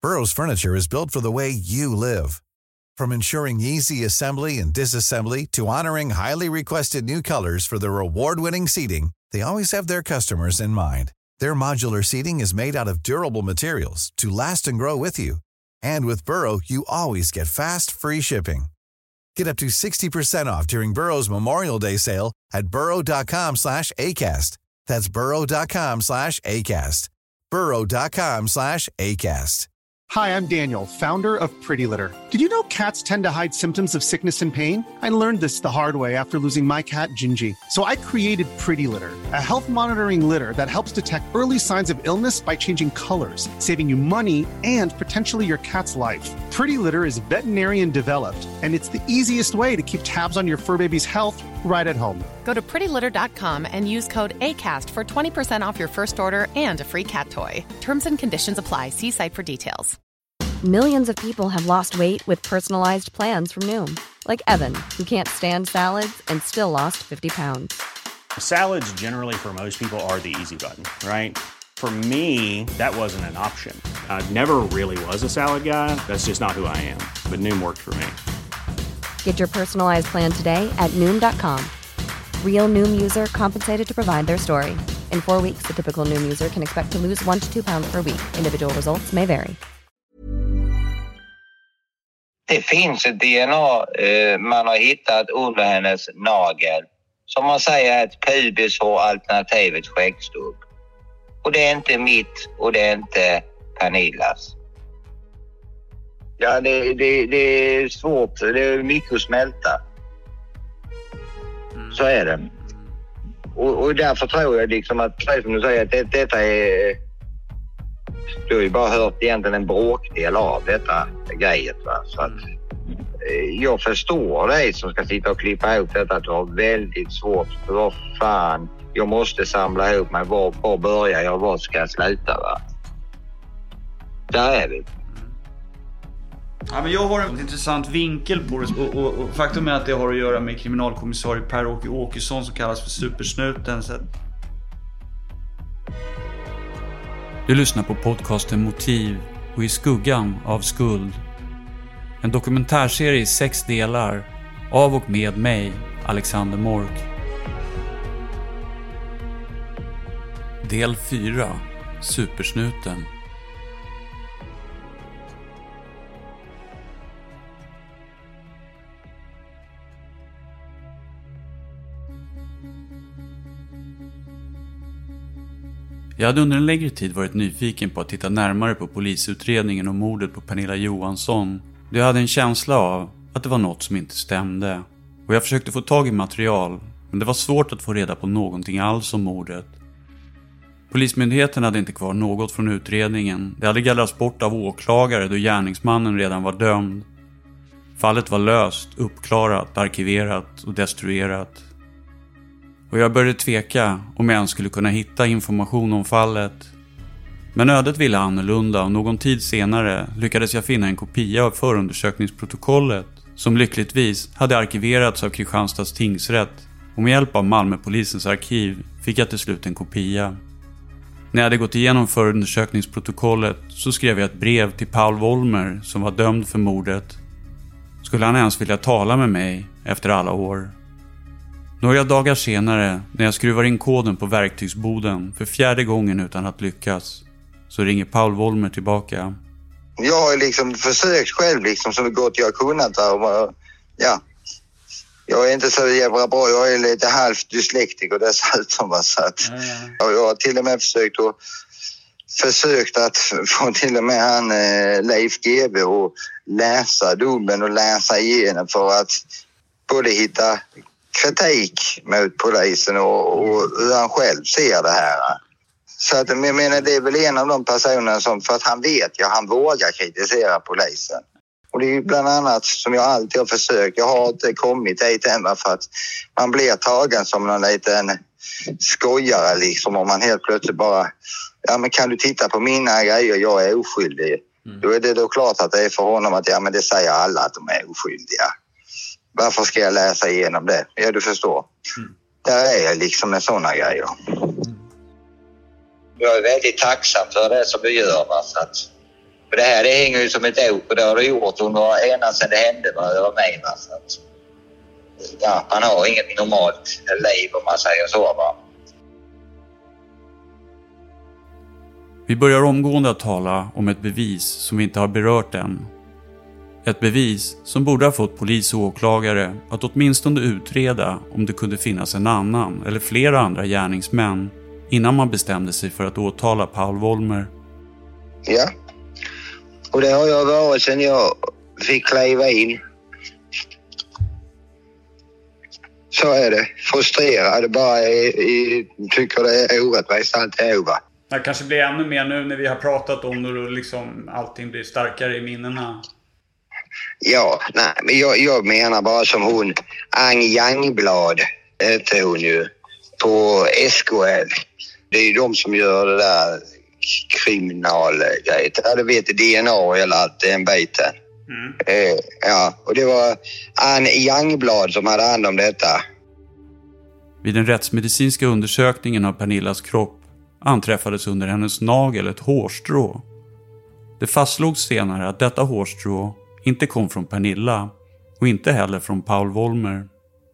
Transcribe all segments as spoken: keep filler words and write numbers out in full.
Burrow's furniture is built for the way you live. From ensuring easy assembly and disassembly to honoring highly requested new colors for their award-winning seating, they always have their customers in mind. Their modular seating is made out of durable materials to last and grow with you. And with Burrow, you always get fast, free shipping. Get up to sixty percent off during Burrow's Memorial Day sale at burrow.com slash ACAST. That's burrow.com slash ACAST. burrow.com slash ACAST. Hi, I'm Daniel, founder of Pretty Litter. Did you know cats tend to hide symptoms of sickness and pain? I learned this the hard way after losing my cat, Gingy. So I created Pretty Litter, a health monitoring litter that helps detect early signs of illness by changing colors, saving you money and potentially your cat's life. Pretty Litter is veterinarian developed, and it's the easiest way to keep tabs on your fur baby's health right at home. Go to pretty litter dot com and use code ACAST for twenty percent off your first order and a free cat toy. Terms and conditions apply. See site for details. Millions of people have lost weight with personalized plans from Noom. Like Evan, who can't stand salads and still lost fifty pounds. Salads generally for most people are the easy button, right? For me, that wasn't an option. I never really was a salad guy. That's just not who I am. But Noom worked for me. Get your personalized plan today at Noom dot com. Real Noom user compensated to provide their story. In four weeks, the typical Noom user can expect to lose one to two pounds per week. Individual results may vary. Det finns ett D N A eh, man har hittat under hennes nagel. Som man säger ett pubishår alternativet skäggstubb. Och det är inte mitt och det är inte Pernillas. Ja, det, det, det är svårt. Det är mycket att smälta. Så är det. Och, och därför tror jag liksom att, som du säger, att det, detta är... Du har ju bara hört egentligen en bråkdel av detta grejet. Va? Så att, eh, jag förstår dig som ska sitta och klippa ihop detta. Att du har väldigt svårt. För vad fan, jag måste samla ihop mig. Var, var börjar jag? Var ska jag sluta? Va? Där är vi. Ja, men jag har en intressant vinkel på det och, och, och faktum är att det har att göra med kriminalkommissarie Per-Åke Åkesson som kallas för Supersnuten. Så... Du lyssnar på podcasten Motiv och I skuggan av skuld. En dokumentärserie i sex delar av och med mig, Alexander Mork. Del fyra, Supersnuten. Jag hade under en längre tid varit nyfiken på att titta närmare på polisutredningen om mordet på Pernilla Johansson. Jag hade en känsla av att det var något som inte stämde. Och jag försökte få tag i material, men det var svårt att få reda på någonting alls om mordet. Polismyndigheten hade inte kvar något från utredningen. Det hade gallrats bort av åklagare då gärningsmannen redan var dömd. Fallet var löst, uppklarat, arkiverat och destruerat. Och jag började tveka om jag ens skulle kunna hitta information om fallet. Men ödet ville annorlunda och någon tid senare lyckades jag finna en kopia av förundersökningsprotokollet som lyckligtvis hade arkiverats av Kristianstads tingsrätt, och med hjälp av Malmöpolisens arkiv fick jag till slut en kopia. När jag hade gått igenom förundersökningsprotokollet så skrev jag ett brev till Paul Wollmer som var dömd för mordet. Skulle han ens vilja tala med mig efter alla år? Några dagar senare, när jag skruvar in koden på verktygsboden för fjärde gången utan att lyckas, så ringer Paul Wollmer tillbaka. Jag har liksom försökt själv liksom så gott jag har kunnat. Och, ja, jag är inte så jävla bra. Jag är lite halvt dyslektiker dessutom. Va? Så att, mm. Jag har till och med försökt att, försökt att få till och med han eh, Leif G B och läsa domen och läsa igenom för att både hitta kritik mot polisen och, och hur han själv ser det här. Så att, jag menar, det är väl en av de personerna som, för att han vet ja, han vågar kritisera polisen. Och det är bland annat som jag alltid har försökt. Jag har inte kommit dit än för att man blir tagen som någon liten skojare liksom. Om man helt plötsligt bara, ja men kan du titta på mina grejer, jag är oskyldig. Mm. Då är det då klart att det är för honom att ja men det säger alla att de är oskyldiga. Varför ska jag läsa igenom det? Ja, du förstår. Mm. Där är jag liksom med sådana grejer. Mm. Jag är väldigt tacksam för det som du gör. Va? Så att, Och det här det hänger ju som ett ok och det har det gjort under ena sedan det hände vad det var mig. Va? Så att, ja, man har inget normalt liv om man säger så. Va? Vi börjar omgående att tala om ett bevis som vi inte har berört än. Ett bevis som borde ha fått polis och åklagare att åtminstone utreda om det kunde finnas en annan eller flera andra gärningsmän innan man bestämde sig för att åtala Paul Wollmer. Ja, och det har jag varit sedan jag fick kliva in. Så är det. Frustrerad, bara i, i, tycker det är orättvist allt är över. Det kanske blir ännu mer nu när vi har pratat om det och liksom allting blir starkare i minnena. Ja, nej, men jag, jag menar bara som hon, Ang Youngblad heter hon ju, på S K L. Det är ju de som gör det där kriminalgrejet. Ja, du vet D N A eller allt den biten. Mm. Eh, ja, och det var Ang Youngblad som hade hand om detta. Vid den rättsmedicinska undersökningen av Pernillas kropp anträffades under hennes nagel ett hårstrå. Det fastslogs senare att detta hårstrå inte kom från Pernilla och inte heller från Paul Wollmer.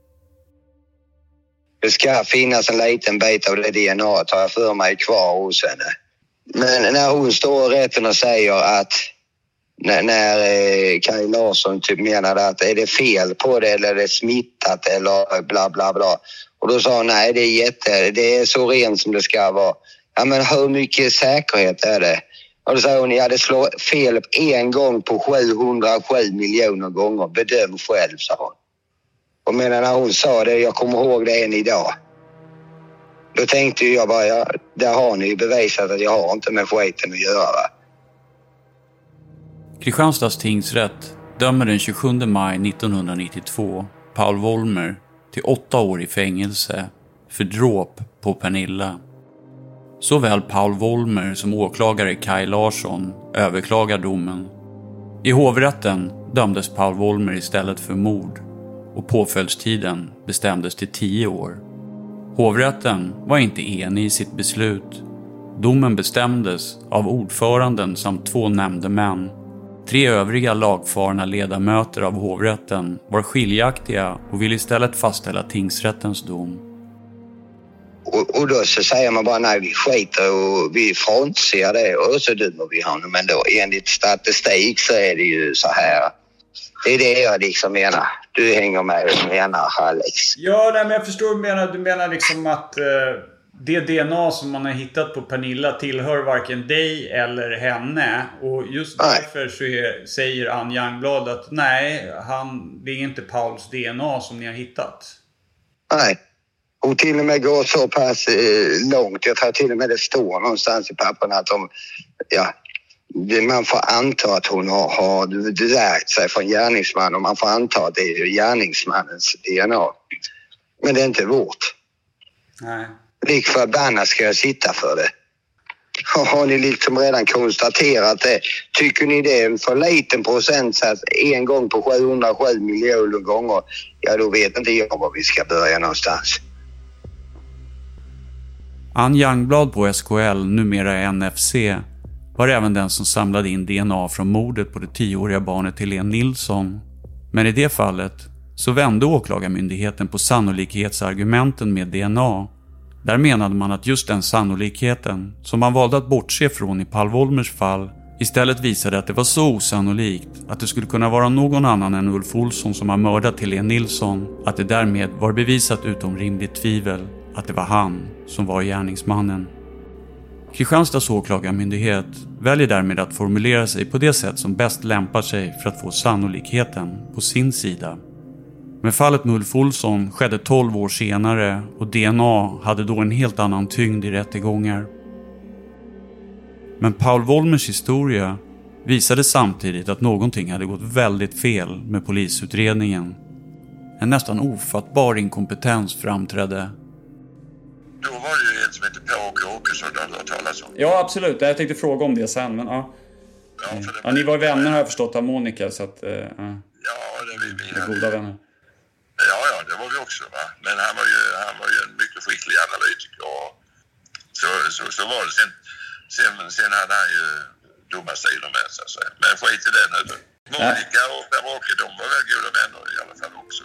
Det ska finnas en liten bit av det D N A tar jag för mig kvar hos henne. Men när hon står i rätten och säger att när, när eh, Kaj Larsson typ menade att är det fel på det eller är det smittat eller bla bla bla. Och då sa hon nej det är jätte, det är så rent som det ska vara. Ja men hur mycket säkerhet är det? Och då säger hon, ja det slår fel en gång på sjuhundrasju miljoner gånger. Bedöm själv, sa hon. Och medan när hon sa det, jag kommer ihåg det än idag. Då tänkte jag bara, ja, där har ni bevisat att jag har inte med skiten att göra. Va? Kristianstads tingsrätt dömer den tjugosjunde maj nittonhundranittiotvå Paul Wollmer till åtta år i fängelse för dråp på Pernilla. Såväl Paul Wollmer som åklagare Kaj Larsson överklagar domen. I hovrätten dömdes Paul Wollmer istället för mord och påföljdstiden bestämdes till tio år. Hovrätten var inte enig i sitt beslut. Domen bestämdes av ordföranden samt två nämndemän. Tre övriga lagfarna ledamöter av hovrätten var skiljaktiga och ville istället fastställa tingsrättens dom. Och, och då så säger man bara nej vi skiter och vi frånser det och så dömer vi honom. Men då enligt statistik så är det ju så här. Det är det jag liksom menar. Du hänger med och menar Alex. Ja nej, men jag förstår du menar. Du menar liksom att eh, det D N A som man har hittat på Pernilla tillhör varken dig eller henne. Och just nej. Därför så är, säger Ang Youngblad att nej, han, det är inte Pauls D N A som ni har hittat. Nej. Och till och med går så pass eh, långt. Jag tror till och med det står någonstans i papperna att de, ja, man får anta att hon har, har lärt sig från gärningsmannen och man får anta att det är gärningsmannens D N A. Men det är inte vårt. Nej. Lik förbannat ska jag sitta för det. Har ni liksom redan konstaterat det? Tycker ni det är en för liten procentsats en gång på sjuhundrasju miljoner gånger? Ja, då vet inte jag var vi ska börja någonstans. Ang Youngblad på S K L, numera N F C, var även den som samlade in D N A från mordet på det tioåriga barnet Helene Nilsson. Men i det fallet så vände åklagarmyndigheten på sannolikhetsargumenten med D N A. Där menade man att just den sannolikheten som man valde att bortse från i Paul Wollmers fall istället visade att det var så osannolikt att det skulle kunna vara någon annan än Ulf Olsson som har mördat Helene Nilsson, att det därmed var bevisat utom rimligt tvivel att det var han som var gärningsmannen. Kristianstads åklagarmyndighet väljer därmed att formulera sig på det sätt som bäst lämpar sig för att få sannolikheten på sin sida. Men fallet med Ulf Olsson skedde tolv år senare och D N A hade då en helt annan tyngd i rättegångar. Men Paul Wollmers historia visade samtidigt att någonting hade gått väldigt fel med polisutredningen. En nästan ofattbar inkompetens framträdde. Då var det ju en som heter P.A.K. Åkesson du hade talat om. Ja, absolut. Jag tänkte fråga om det sen, men ja. Ja, för det ja ni var vänner har jag förstått av Monica, så att... Uh, ja, det vi, vi hade... goda vänner. Ja, ja, det var vi också, va. Men han var ju, han var ju en mycket skicklig analytiker. Och så, så, så var det. Sen, sen, sen hade han ju dumma sidor med sig. Så. Men skit i det nu. Monica och Per-Åke, de var väl goda vänner i alla fall också.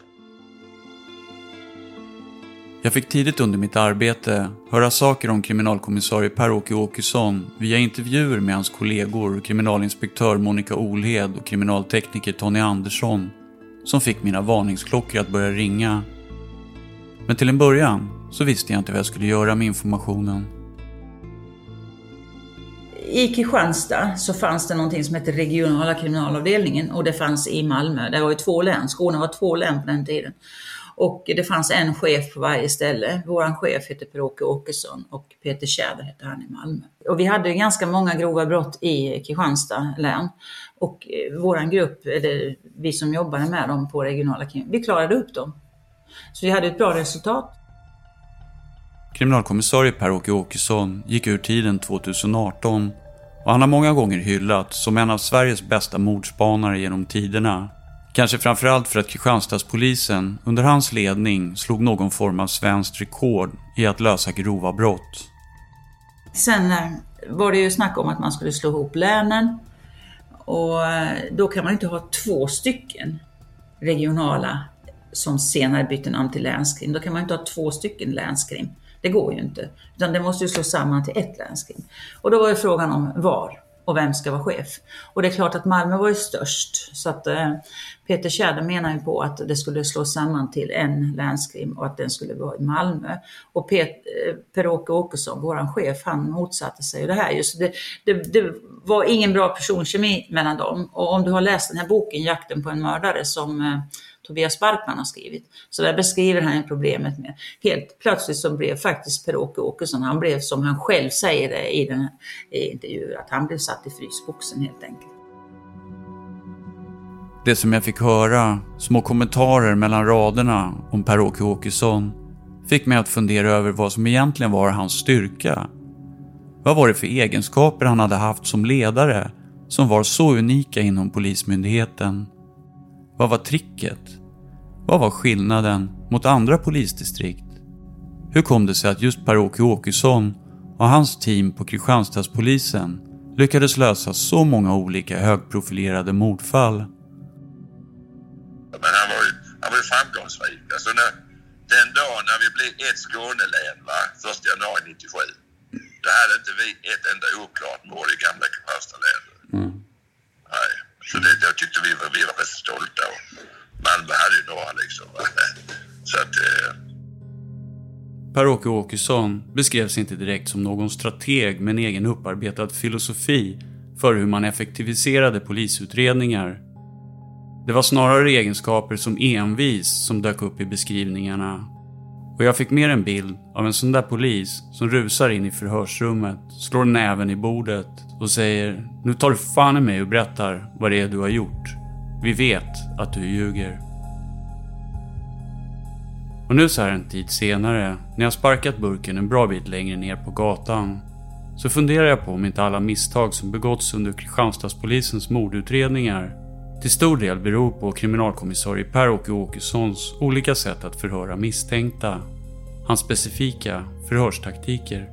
Jag fick tidigt under mitt arbete höra saker om kriminalkommissarie Per-Åke Åkesson via intervjuer med hans kollegor, kriminalinspektör Monica Olhed och kriminaltekniker Tony Andersson, som fick mina varningsklockor att börja ringa. Men till en början så visste jag inte vad jag skulle göra med informationen. I Kristianstad så fanns det någonting som heter regionala kriminalavdelningen, och det fanns i Malmö. Det var ju två län, Skåne var två län på den tiden. Och det fanns en chef på varje ställe. Våran chef heter Per-Åke Åkesson och Peter Tjäder heter han i Malmö. Och vi hade ganska många grova brott i Kristianstad län. Och våran grupp, eller vi som jobbade med dem på regionala kriminal, vi klarade upp dem. Så vi hade ett bra resultat. Kriminalkommissarie Per-Åke Åkesson gick ur tiden tjugoarton och han har många gånger hyllats som en av Sveriges bästa mordspanare genom tiderna. Kanske framförallt för att Kristianstadspolisen under hans ledning slog någon form av svenskt rekord i att lösa grova brott. Sen var det ju snack om att man skulle slå ihop länen, och då kan man inte ha två stycken regionala som senare bytte namn till länskrim. Då kan man inte ha två stycken länskrim. Det går ju inte. Utan det måste ju slå samman till ett länskrim. Och då var ju frågan om var och vem ska vara chef. Och det är klart att Malmö var ju störst. Så att eh, Peter Tjäder menar ju på att det skulle slå samman till en länskrim och att den skulle vara i Malmö. Och Pet, eh, Per-Åke Åkesson, våran chef, han motsatte sig det här. Just det, det, det var ingen bra personkemi mellan dem. Och om du har läst den här boken, Jakten på en mördare, som eh, Tobias Barkman har skrivit, så där beskriver han problemet med. Helt plötsligt så blev faktiskt Per-Åke Åkesson, han blev, som han själv säger det i den här intervjun, att han blev satt i frysboxen helt enkelt. Det som jag fick höra, små kommentarer mellan raderna om Per-Åke Åkesson, fick mig att fundera över vad som egentligen var hans styrka. Vad var det för egenskaper han hade haft som ledare som var så unika inom polismyndigheten? Vad var tricket? Vad var skillnaden mot andra polisdistrikt? Hur kom det sig att just Per-Åke Åkesson och hans team på Kristianstadspolisen lyckades lösa så många olika högprofilerade mordfall? Men han var ju, han var ju framgångsrik. Alltså när, den dagen när vi blev ett Skånelän, va, första januari nittiosju, då hade inte vi ett enda oklart mord i gamla Kristianstadlänet. Mm. Nej. Så det, jag tyckte vi var, vi var rätt stolta. Och Malmö hade ju några liksom. Så att... Eh... Per-Åke Åkesson beskrevs inte direkt som någon strateg med en egen upparbetad filosofi för hur man effektiviserade polisutredningar. Det var snarare egenskaper som envis som dök upp i beskrivningarna. Och jag fick mer en bild av en sån där polis som rusar in i förhörsrummet, slår näven i bordet och säger: nu tar du fan i mig och berättar vad det är du har gjort. Vi vet att du ljuger. Och nu så här en tid senare, när jag sparkat burken en bra bit längre ner på gatan, så funderar jag på om inte alla misstag som begåtts under Kristianstadspolisens mordutredningar till stor del beror på kriminalkommissarie Per-Åke Åkessons olika sätt att förhöra misstänkta. Hans specifika förhörstaktiker.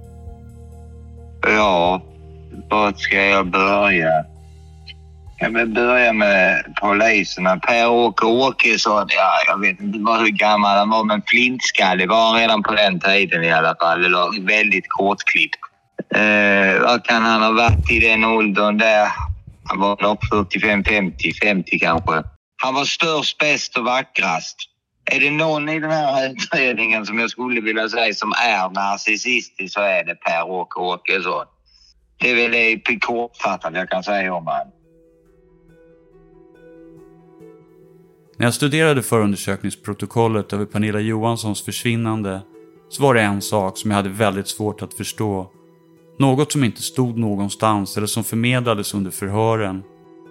Ja, vad ska jag börja? Jag vill börja med poliserna. Per-Åke Åkesson, ja, jag vet inte hur gammal han var, men flintskallig var han redan på den tiden i alla fall. Eller väldigt kortklippt. Eh, vad kan han ha varit i den åldern där? Han var nog fyrtiofem femtio, femtio kanske. Han var störst, bäst och vackrast. Är det någon i den här utredningen som jag skulle vilja säga som är narcissistisk, så är det Per-Åke Åkesson. Det är väl det kortfattat jag kan säga om han. När jag studerade förundersökningsprotokollet över Pernilla Johanssons försvinnande så var det en sak som jag hade väldigt svårt att förstå. Något som inte stod någonstans eller som förmedlades under förhören.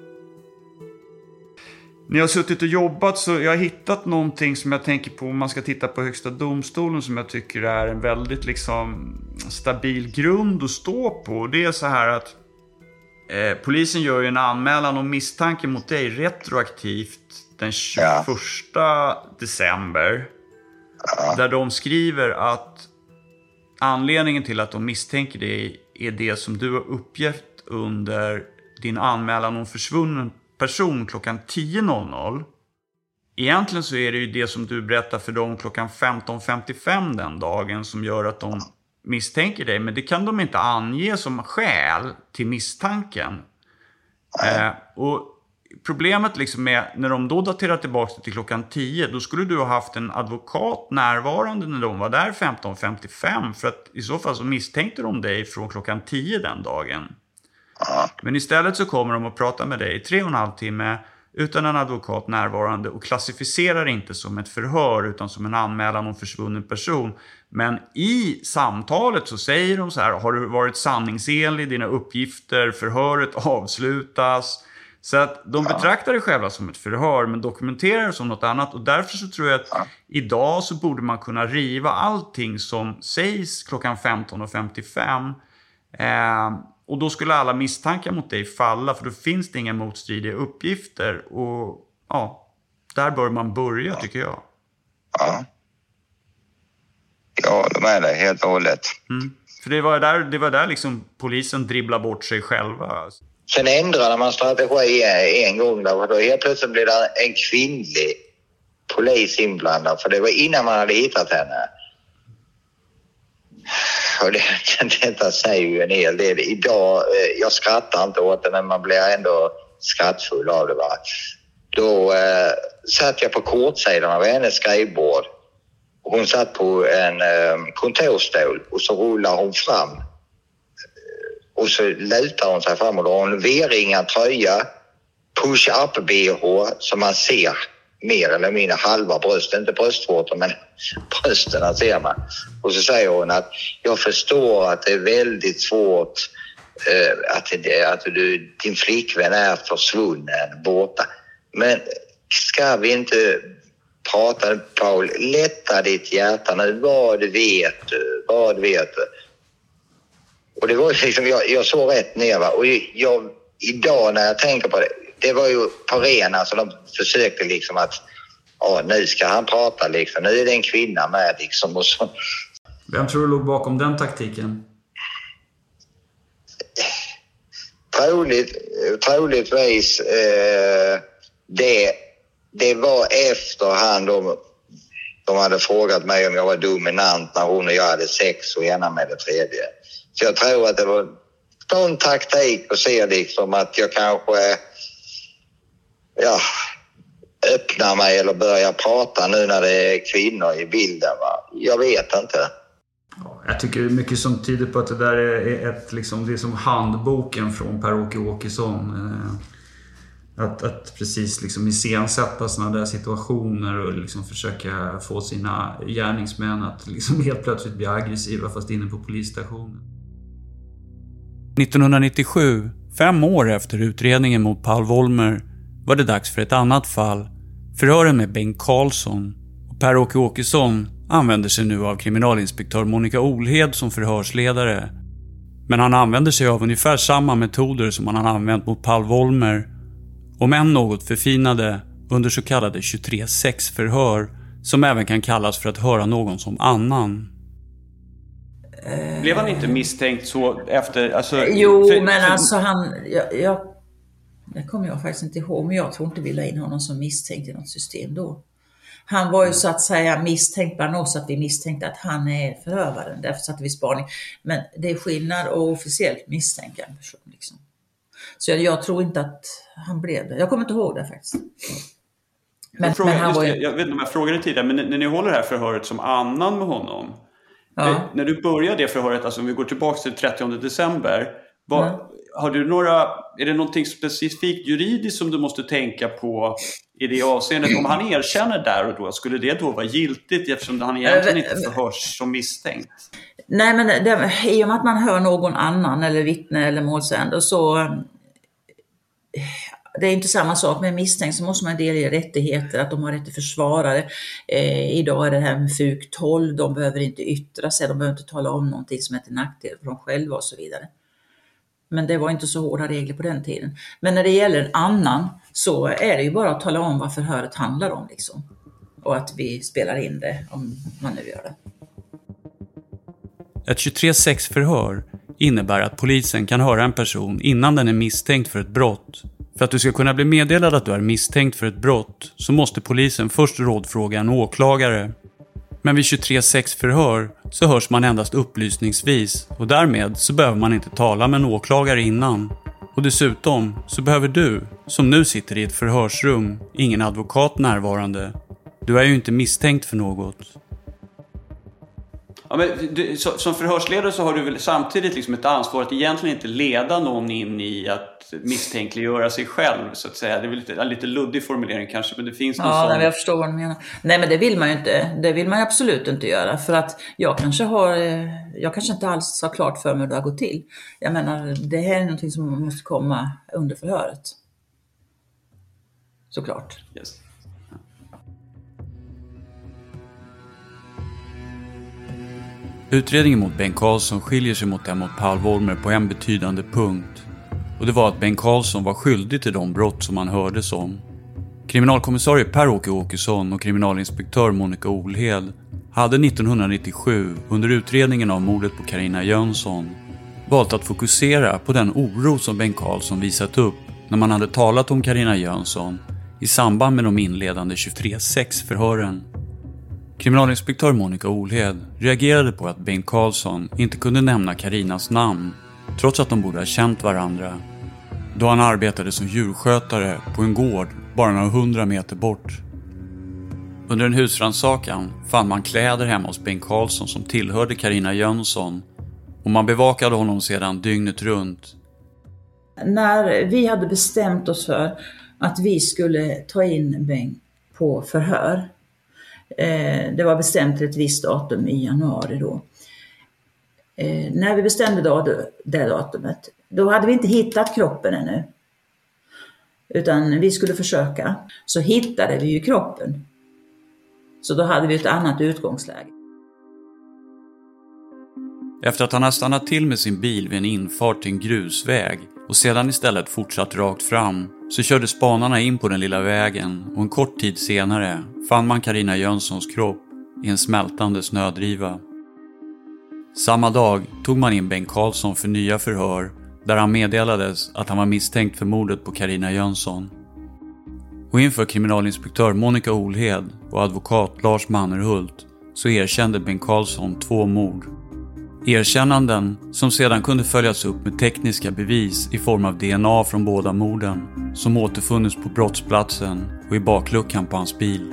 När jag har suttit och jobbat så jag har hittat någonting som jag tänker på om man ska titta på Högsta domstolen, som jag tycker är en väldigt liksom stabil grund att stå på. Det är så här att eh, polisen gör ju en anmälan om misstanke mot dig retroaktivt den tjugoförsta december. Där de skriver att anledningen till att de misstänker dig är det som du har uppgett under din anmälan om försvunnen person klockan tio noll noll. Egentligen så är det ju det som du berättar för dem klockan femton femtiofem den dagen som gör att de misstänker dig. Men det kan de inte ange som skäl till misstanken. Eh, och problemet liksom är när de då daterar tillbaka till klockan tio, då skulle du ha haft en advokat närvarande när de var där femton femtiofem. För att i så fall så misstänkte de dig från klockan tio den dagen. Men istället så kommer de att prata med dig i tre och en halv timme utan en advokat närvarande och klassificerar inte som ett förhör utan som en anmälan om försvunnen person. Men i samtalet så säger de så här: har du varit sanningsenlig, dina uppgifter, förhöret avslutas. Så att de betraktar det själva som ett förhör men dokumenterar det som något annat. Och därför så tror jag att idag så borde man kunna riva allting som sägs klockan femton femtiofem. Eh, och då skulle alla misstankar mot dig falla, för då finns det inga motstridiga uppgifter. Och ja, där bör man börja, tycker jag. Ja. Ja, de är det helt och hållet. Mm. För det var där, det var där liksom polisen dribblade bort sig själva. Sen ändrade man strategi en gång där, och då helt plötsligt blev det en kvinnlig polis inblandad. För det var innan man hade hittat henne. Och det, detta säger ju en hel del. Idag, jag skrattar inte åt det, men man blir ändå skrattfull av det. Va? Då eh, satt jag på kortsidan av hennes skrivbord. Hon satt på en eh, kontorstol och så rullar hon fram. Och så lutar hon sig fram och då har hon en V-ringad tröja, push-up-B H som man ser mer eller mindre halva bröstet, inte bröstvårtor men brösten ser man. Och så säger hon att jag förstår att det är väldigt svårt eh, att, det, att du, din flickvän är försvunnen borta. Men ska vi inte prata, Paul, lätta ditt hjärta nu, vad vet du, vad vet du. Och det var liksom, jag, jag såg rätt ner va? Och jag, idag när jag tänker på det, det var ju på ren, alltså de försökte liksom att ja, nu ska han prata liksom, nu är det en kvinna med liksom och så. Vem tror du låg bakom den taktiken? Troligt, troligtvis eh, det, det var efter han de, de hade frågat mig om jag var dominant när hon och jag hade sex och gärna med det tredje. Så jag tror att det var någon taktik att se liksom att jag kanske ja, öppnar mig eller börjar prata nu när det är kvinnor i bilden. Va? Jag vet inte. Ja, jag tycker det är mycket som tyder på att det där är ett liksom, det är som handboken från Per-Åke Åkesson. Att, att precis liksom iscensätta sådana där situationer och liksom försöka få sina gärningsmän att liksom helt plötsligt bli aggressiva fast inne på polisstationen. nittonhundranittiosju, fem år efter utredningen mot Paul Wollmer, var det dags för ett annat fall. Förhören med Bengt Karlsson. Och Per-Åke Åkesson använder sig nu av kriminalinspektör Monica Olhed som förhörsledare. Men han använder sig av ungefär samma metoder som han har använt mot Paul Wollmer. Om än något förfinade under så kallade tjugotre sex-förhör som även kan kallas för att höra någon som annan. Blev han inte misstänkt så efter... Alltså, jo, för, men för... alltså han... Jag, jag, det kommer jag faktiskt inte ihåg, men jag tror inte vi la in honom som misstänkt i något system då. Han var ju så att säga misstänkt bland oss, att vi misstänkte att han är förövaren. Därför satte vi spaning. Men det är skillnad och officiellt misstänka en person liksom. Så jag, jag tror inte att han blev det. Jag kommer inte ihåg det faktiskt. Men, jag, frågar, men han var ju... jag vet inte om jag frågade tidigare, men när ni håller det här förhöret som annan med honom. Ja. Det, när du börjar det förhöret, alltså om vi går tillbaka till trettionde december. Vad, mm. Har du några, är det någonting specifikt juridiskt som du måste tänka på i det avseendet? Om han erkänner där och då, skulle det då vara giltigt eftersom han egentligen inte förhörs som misstänkt? Nej, men det, i och med att man hör någon annan eller vittne eller målsägande så det är inte samma sak med misstänkt, så måste man delge rättigheter, att de har rätt till försvarare. Eh, idag är det här med F U K tolv, de behöver inte yttra sig, de behöver inte tala om någonting som är till nackdel för dem själva och så vidare. Men det var inte så hårda regler på den tiden. Men när det gäller en annan så är det ju bara att tala om vad förhöret handlar om liksom. Och att vi spelar in det om man nu gör det. Ett tjugotre sex-förhör innebär att polisen kan höra en person innan den är misstänkt för ett brott. För att du ska kunna bli meddelad att du är misstänkt för ett brott så måste polisen först rådfråga en åklagare. Men vid tjugotre sex förhör så hörs man endast upplysningsvis och därmed så behöver man inte tala med en åklagare innan. Och dessutom så behöver du, som nu sitter i ett förhörsrum, ingen advokat närvarande. Du är ju inte misstänkt för något. Ja, men du, så, som förhörsledare så har du väl samtidigt liksom ett ansvar att egentligen inte leda någon in i att misstänkliggöra sig själv, så att säga. Det är väl lite, en lite luddig formulering kanske, men det finns någon ja, sån... Ja, jag förstår vad du menar. Nej, men det vill man ju inte. Det vill man ju absolut inte göra. För att jag kanske har... Jag kanske inte alls har klart för mig hur det har gått till. Jag menar, det här är någonting som måste komma under förhöret. Såklart. Yes. Utredningen mot Bengt Karlsson skiljer sig mot den mot Paul Wollmer på en betydande punkt. Och det var att Bengt Karlsson var skyldig till de brott som han hördes om. Kriminalkommissarie Per-Åke Åkesson och kriminalinspektör Monica Olhed hade nittonhundranittiosju under utredningen av mordet på Carina Jönsson valt att fokusera på den oro som Bengt Karlsson visat upp när man hade talat om Carina Jönsson i samband med de inledande tjugotre sex förhören. Kriminalinspektör Monica Olhed reagerade på att Bengt Karlsson inte kunde nämna Carinas namn trots att de borde ha känt varandra, då han arbetade som djurskötare på en gård bara några hundra meter bort. Under en husrannsakan fann man kläder hemma hos Bengt Karlsson som tillhörde Carina Jönsson och man bevakade honom sedan dygnet runt. När vi hade bestämt oss för att vi skulle ta in Bengt på förhör, eh, det var bestämt till ett visst datum i januari då. Eh, när vi bestämde då, det datumet, då hade vi inte hittat kroppen ännu. Utan vi skulle försöka. Så hittade vi ju kroppen. Så då hade vi ett annat utgångsläge. Efter att han har stannat till med sin bil vid en infart till en grusväg och sedan istället fortsatt rakt fram så körde spanarna in på den lilla vägen och en kort tid senare fann man Carina Jönssons kropp i en smältande snödriva. Samma dag tog man in Bengt Karlsson för nya förhör där han meddelades att han var misstänkt för mordet på Carina Jönsson. Och inför kriminalinspektör Monica Olhed och advokat Lars Mannerhult så erkände Bengt Karlsson två mord. Erkännanden som sedan kunde följas upp med tekniska bevis i form av D N A från båda morden som återfunnits på brottsplatsen och i bakluckan på hans bil.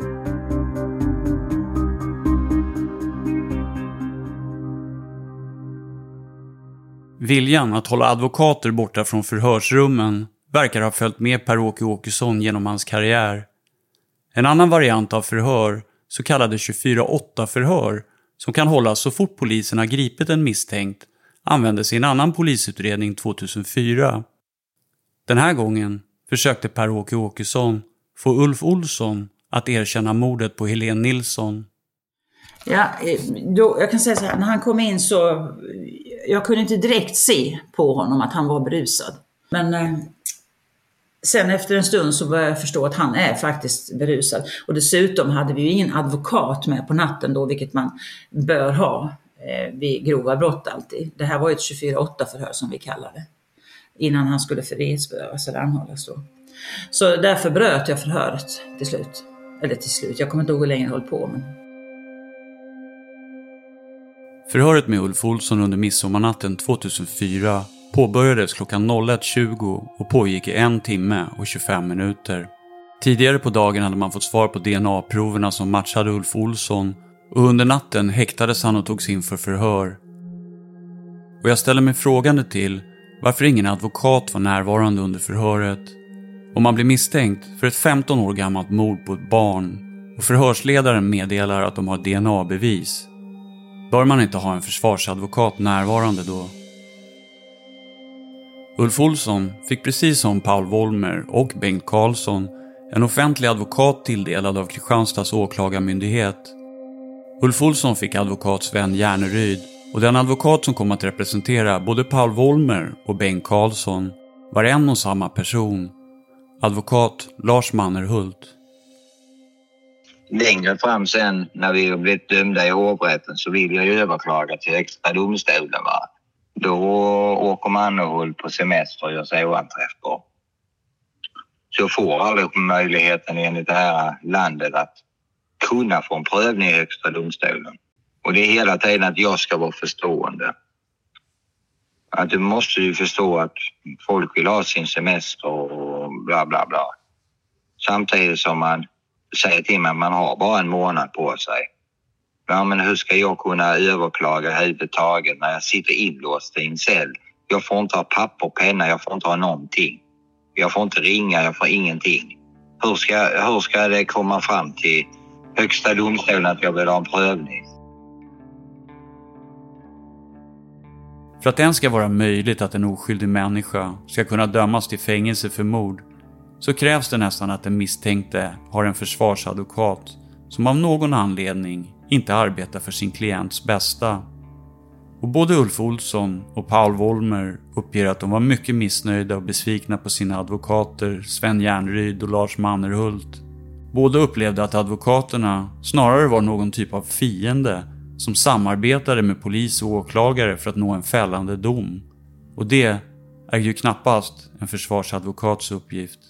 Viljan att hålla advokater borta från förhörsrummen verkar ha följt med Per-Åke Åkesson genom hans karriär. En annan variant av förhör, så kallade tjugofyra åtta förhör, som kan hållas så fort polisen har gripit en misstänkt, användes i en annan polisutredning tvåtusenfyra. Den här gången försökte Per-Åke Åkesson få Ulf Olsson att erkänna mordet på Helene Nilsson. Ja, då, jag kan säga så här, när han kom in så jag kunde inte direkt se på honom att han var berusad. Men eh, sen efter en stund så började jag förstå att han är faktiskt berusad. Och dessutom hade vi ju ingen advokat med på natten då, vilket man bör ha eh, vid grova brott alltid. Det här var ju ett tjugofyra åtta förhör som vi kallar det. Innan han skulle frihetsberövas eller anhållas då. Så därför bröt jag förhöret till slut. Eller till slut, jag kommer inte ihåg hur länge jag höll på. Men... Förhöret med Ulf Olsson under midsommarnatten tvåtusenfyra påbörjades klockan ett tjugo och pågick i en timme och tjugofem minuter. Tidigare på dagen hade man fått svar på D N A-proverna som matchade Ulf Olsson och under natten häktades han och togs in för förhör. Och jag ställer mig frågande till varför ingen advokat var närvarande under förhöret. Om man blir misstänkt för ett femton år gammalt mord på ett barn och förhörsledaren meddelar att de har D N A-bevis, bör man inte ha en försvarsadvokat närvarande då? Ulf Olsson fick precis som Paul Wollmer och Bengt Karlsson en offentlig advokat tilldelad av Kristianstads åklagarmyndighet. Ulf Olsson fick advokat Sven Järneryd och den advokat som kom att representera både Paul Wollmer och Bengt Karlsson var en och samma person, advokat Lars Mannerhult. Längre fram sen när vi har blivit dömda i hovrätten så vill jag överklaga till högsta domstolen. Va? då åker Mannerhult på semester och gör sig oanträffbar. Så jag får aldrig möjligheten enligt det här landet att kunna få en prövning i högsta domstolen. Och det är hela tiden att jag ska vara förstående. Att du måste ju förstå att folk vill ha sin semester och bla bla bla. Samtidigt som man säger till mig att man har bara en månad på sig. Ja, men hur ska jag kunna överklaga överhuvudtaget när jag sitter inlåst i en cell? Jag får inte ha papper och penna, jag får inte ha någonting. Jag får inte ringa, jag får ingenting. Hur ska, hur ska det komma fram till högsta domstolen att jag vill ha en prövning? För att det ens ska vara möjligt att en oskyldig människa ska kunna dömas till fängelse för mord så krävs det nästan att den misstänkte har en försvarsadvokat som av någon anledning inte arbetar för sin klients bästa. Och både Ulf Olsson och Paul Wollmer uppger att de var mycket missnöjda och besvikna på sina advokater Sven Järnryd och Lars Mannerhult. Båda upplevde att advokaterna snarare var någon typ av fiende som samarbetade med polis och åklagare för att nå en fällande dom. Och det är ju knappast en försvarsadvokats uppgift.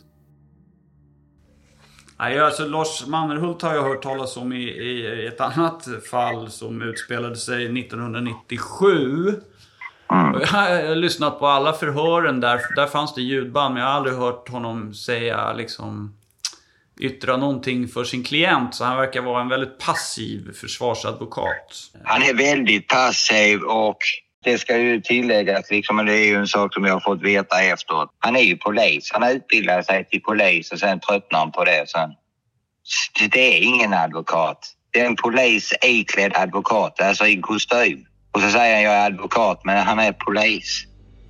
Nej, alltså Lars Mannerhult har jag hört talas om i, i ett annat fall som utspelade sig nittonhundranittiosju. Och jag har lyssnat på alla förhören där. Där fanns det ljudband, men jag har aldrig hört honom säga liksom yttra någonting för sin klient. Så han verkar vara en väldigt passiv försvarsadvokat. Han är väldigt passiv och det ska ju tilläggas, liksom, men det är ju en sak som jag har fått veta efteråt. Han är ju polis. Han har utbildat sig till polis och sen tröttnar han på det. Sen. Det är ingen advokat. Det är en polis iklädd advokat, alltså i kostym. Och så säger han jag är advokat, men han är polis.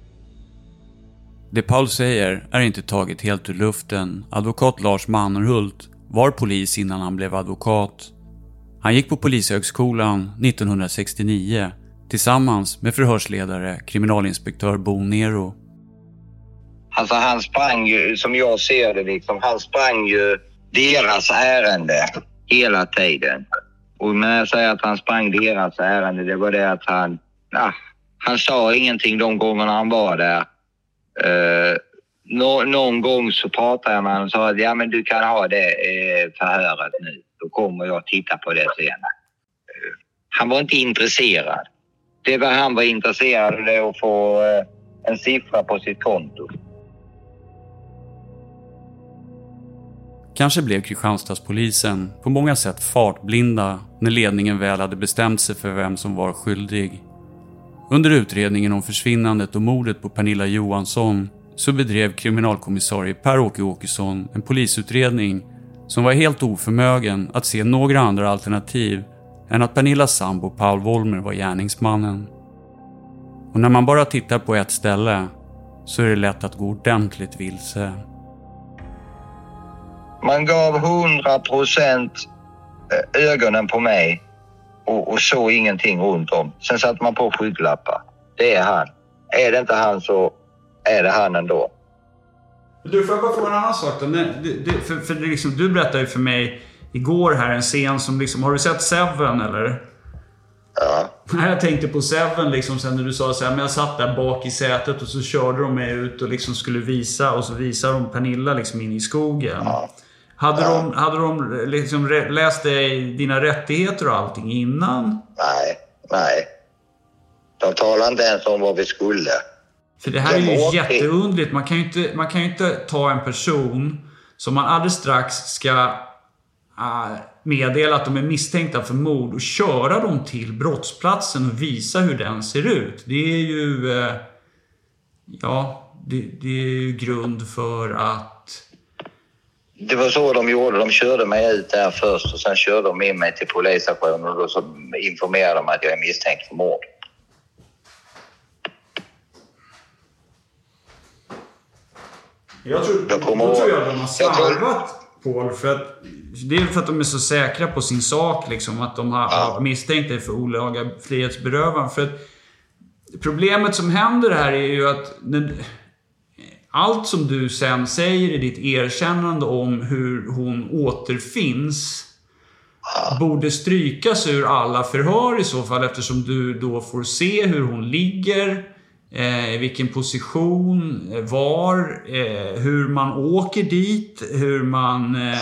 Det Paul säger är inte taget helt ur luften. Advokat Lars Mannerhult var polis innan han blev advokat. Han gick på Polishögskolan nittonhundrasextionio tillsammans med förhörsledare kriminalinspektör Bo Nero. Alltså han sprang ju, som jag ser det liksom, han sprang ju deras ärende hela tiden. Och när jag säger att han sprang deras ärende, det var det att han, ja, han sa ingenting de gångerna han var där. Uh, nå, någon gång så pratade jag med honom och sa att ja, men du kan ha det uh, förhöret nu. Då kommer jag titta på det sen. Uh, han var inte intresserad. Det var han var intresserad av det att få uh, en siffra på sitt konto. Kanske blev Kristianstadspolisen på många sätt fartblinda när ledningen väl hade bestämt sig för vem som var skyldig. Under utredningen om försvinnandet och mordet på Pernilla Johansson så bedrev kriminalkommissarie Per-Åke Åkesson en polisutredning som var helt oförmögen att se några andra alternativ än att Pernillas sambo Paul Wollmer var gärningsmannen. Och när man bara tittar på ett ställe så är det lätt att gå ordentligt vilse. Man gav hundra procent ögonen på mig och, och så ingenting runt om. Sen satte man på skygglappar. Det är han. Är det inte han så är det han ändå. Du, får jag bara fråga en annan sak då? Du, du, för, för liksom, du berättade ju för mig igår här en scen som liksom, har du sett Seven eller? Ja. Jag tänkte på Seven liksom sen när du sa så här, men jag satt där bak i sätet och så körde de mig ut och liksom skulle visa och så visade de Pernilla liksom in i skogen. Ja. Hade, ja. de, hade de liksom läst dig dina rättigheter och allting innan? Nej, nej. De talade inte ens om vad vi skulle. För det här är ju jätteundligt. Man kan ju inte, man kan ju inte ta en person som man alldeles strax ska uh, meddela att de är misstänkta för mord och köra dem till brottsplatsen och visa hur den ser ut. Det är ju uh, ja, det, det är ju grund för att det var så de gjorde. De körde mig ut där först och sen körde de in mig till polisstationen och då så informerade de att jag är misstänkt för mord. Jag tror, jag kommer då tror jag de har slarvat Paul för att det är för att de är så säkra på sin sak liksom, att de har, ja. har misstänkt dig för olaga frihetsberövande. För att problemet som händer här är ju att när, allt som du sen säger i ditt erkännande om hur hon återfinns ja. borde strykas ur alla förhör i så fall, eftersom du då får se hur hon ligger eh, vilken position, var, eh, hur man åker dit, hur man... Eh...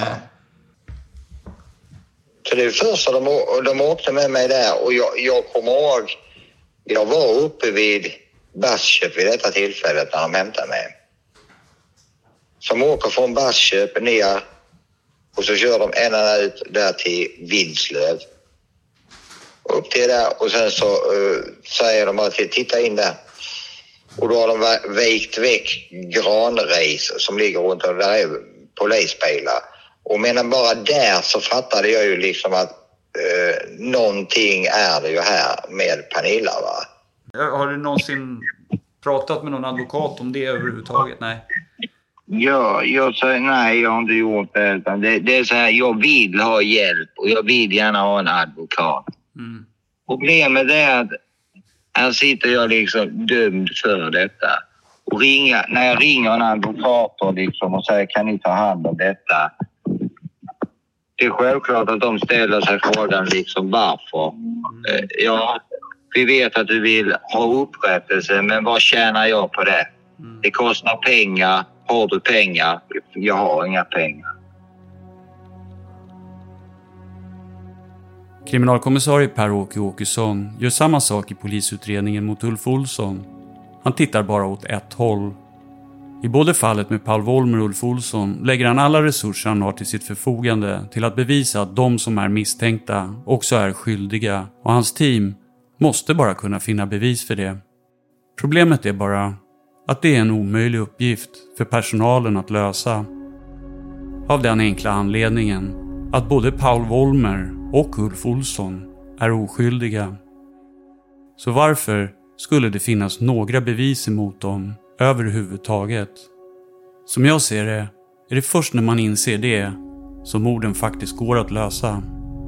Så det är först de, de åkte med mig där och jag, jag kommer ihåg, jag var uppe vid Basköp vid detta tillfället när de hämtade mig. Som åker från Basköp ner och så kör de ända ut där till Vinslöv. Upp till där och sen så uh, säger de att titta in där. Och då har de vägt väck granris som ligger runt och där är polisbilar. Och medan bara där så fattade jag ju liksom att uh, någonting är det ju här med Pernilla, va. Har du någonsin pratat med någon advokat om det överhuvudtaget? Nej. Ja, jag säger nej, jag har inte gjort det. Utan det, det är så här, jag vill ha hjälp och jag vill gärna ha en advokat. Mm. Problemet är att här sitter jag liksom dömd för detta. Och ringa, när jag ringer en advokat och, liksom och säger kan ni ta hand om detta? Det är självklart att de ställer sig frågan liksom varför. Mm. Ja, vi vet att du vill ha upprättelse, men vad tjänar jag på det? Mm. Det kostar pengar. Har du pengar? Jag har inga pengar. Kriminalkommissarie Per-Åke Åkesson gör samma sak i polisutredningen mot Ulf Olsson. Han tittar bara åt ett håll. I både fallet med Paul Wollmer och Ulf Olsson lägger han alla resurser han har till sitt förfogande till att bevisa att de som är misstänkta också är skyldiga, och hans team måste bara kunna finna bevis för det. Problemet är bara att det är en omöjlig uppgift för personalen att lösa. Av den enkla anledningen att både Paul Wollmer och Ulf Olsson är oskyldiga. Så varför skulle det finnas några bevis emot dem överhuvudtaget? Som jag ser det är det först när man inser det som morden faktiskt går att lösa.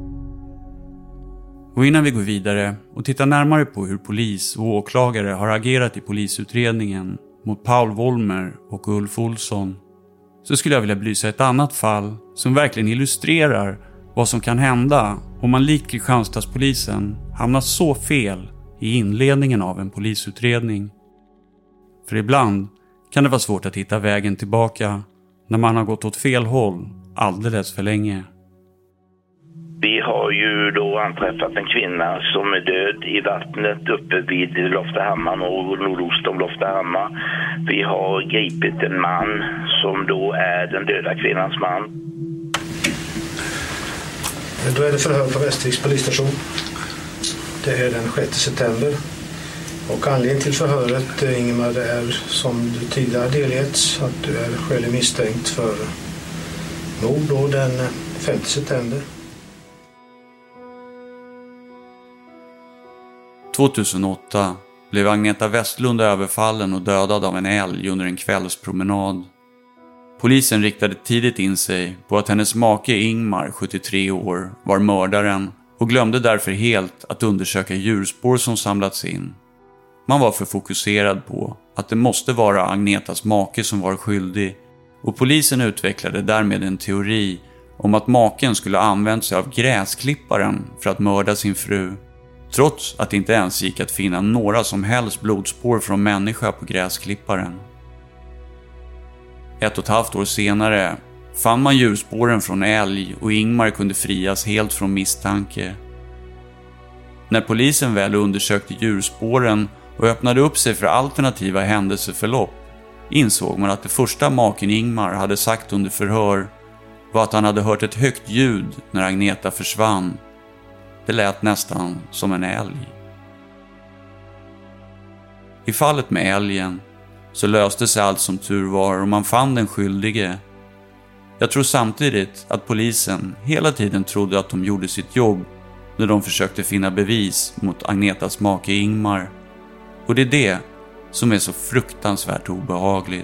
Och innan vi går vidare och tittar närmare på hur polis och åklagare har agerat i polisutredningen mot Paul Wollmer och Ulf Olsson, så skulle jag vilja belysa ett annat fall som verkligen illustrerar vad som kan hända om man likt Kristianstadspolisen hamnar så fel i inledningen av en polisutredning. För ibland kan det vara svårt att hitta vägen tillbaka när man har gått åt fel håll alldeles för länge. Vi har ju då anträffat en kvinna som är död i vattnet uppe vid Loftahammar och nordost om Loftahammar. Vi har gripit en man som då är den döda kvinnans man. Då är det förhör på Västerviks polisstation. Det är den sjätte september. Och anledningen till förhöret, Ingemar, det är som du tidigare delgetts att du är skäligen misstänkt för mord då den femte september. tjugohundraåtta blev Agneta Westlund överfallen och dödad av en älg under en kvällspromenad. Polisen riktade tidigt in sig på att hennes make Ingmar, sjuttiotre år, var mördaren och glömde därför helt att undersöka djurspår som samlats in. Man var för fokuserad på att det måste vara Agnetas make som var skyldig, och polisen utvecklade därmed en teori om att maken skulle ha använt sig av gräsklipparen för att mörda sin fru. Trots att det inte ens gick att finna några som helst blodspår från människa på gräsklipparen. Ett och ett halvt år senare fann man djurspåren från älg och Ingmar kunde frias helt från misstanke. När polisen väl undersökte djurspåren och öppnade upp sig för alternativa händelseförlopp insåg man att det första maken Ingmar hade sagt under förhör var att han hade hört ett högt ljud när Agneta försvann. Det lät nästan som en älg. I fallet med älgen så löste sig allt som tur var och man fann den skyldige. Jag tror samtidigt att polisen hela tiden trodde att de gjorde sitt jobb när de försökte finna bevis mot Agnetas make Ingmar. Och det är det som är så fruktansvärt obehagligt.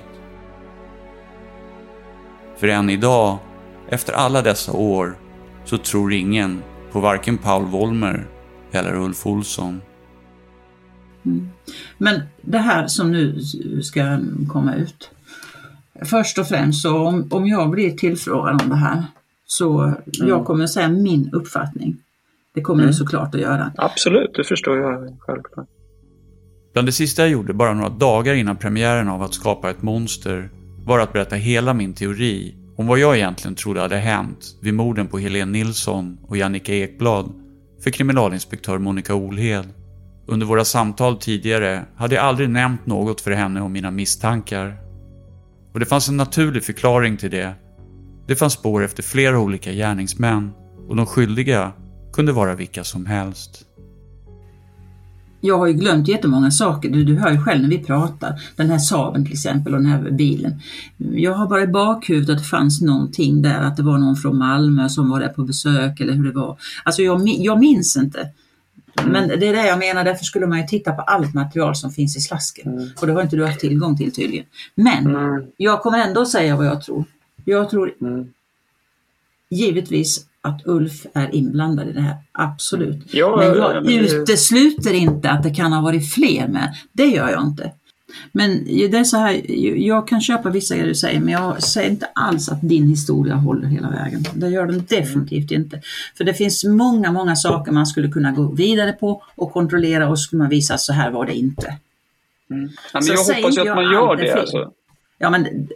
För än idag, efter alla dessa år, så tror ingen på varken Paul Wollmer eller Ulf Olsson. Mm. Men det här som nu ska komma ut. Först och främst så om, om jag blir tillfrågad om det här så mm. jag kommer säga min uppfattning. Det kommer mm. jag såklart att göra. Absolut, det förstår jag självklart. Bland det sista jag gjorde bara några dagar innan premiären av Att skapa ett monster var att berätta hela min teori om vad jag egentligen trodde hade hänt vid morden på Helene Nilsson och Jannica Ekblad för kriminalinspektör Monica Olhed. Under våra samtal tidigare hade jag aldrig nämnt något för henne om mina misstankar. Och det fanns en naturlig förklaring till det. Det fanns spår efter flera olika gärningsmän och de skyldiga kunde vara vilka som helst. Jag har ju glömt jättemånga saker. Du, du hör ju själv när vi pratar. Den här Saaben till exempel och den här bilen. Jag har bara i bakhuvudet att det fanns någonting där. Att det var någon från Malmö som var där på besök eller hur det var. Alltså jag, jag minns inte. Men det är det jag menar. Därför skulle man ju titta på allt material som finns i slasken. Mm. Och det har inte du haft tillgång till tydligen. Men mm. jag kommer ändå att säga vad jag tror. Jag tror mm. givetvis att Ulf är inblandad i det här, absolut. Ja, men jag men... utesluter inte att det kan ha varit fler med. Det gör jag inte. Men det är så här, jag kan köpa vissa grejer du säger, men jag säger inte alls att din historia håller hela vägen. Det gör den definitivt inte. För det finns många, många saker man skulle kunna gå vidare på och kontrollera och skulle man visa att så här var det inte. Mm. Ja, men jag hoppas att man gör det. Alltså. Ja, men...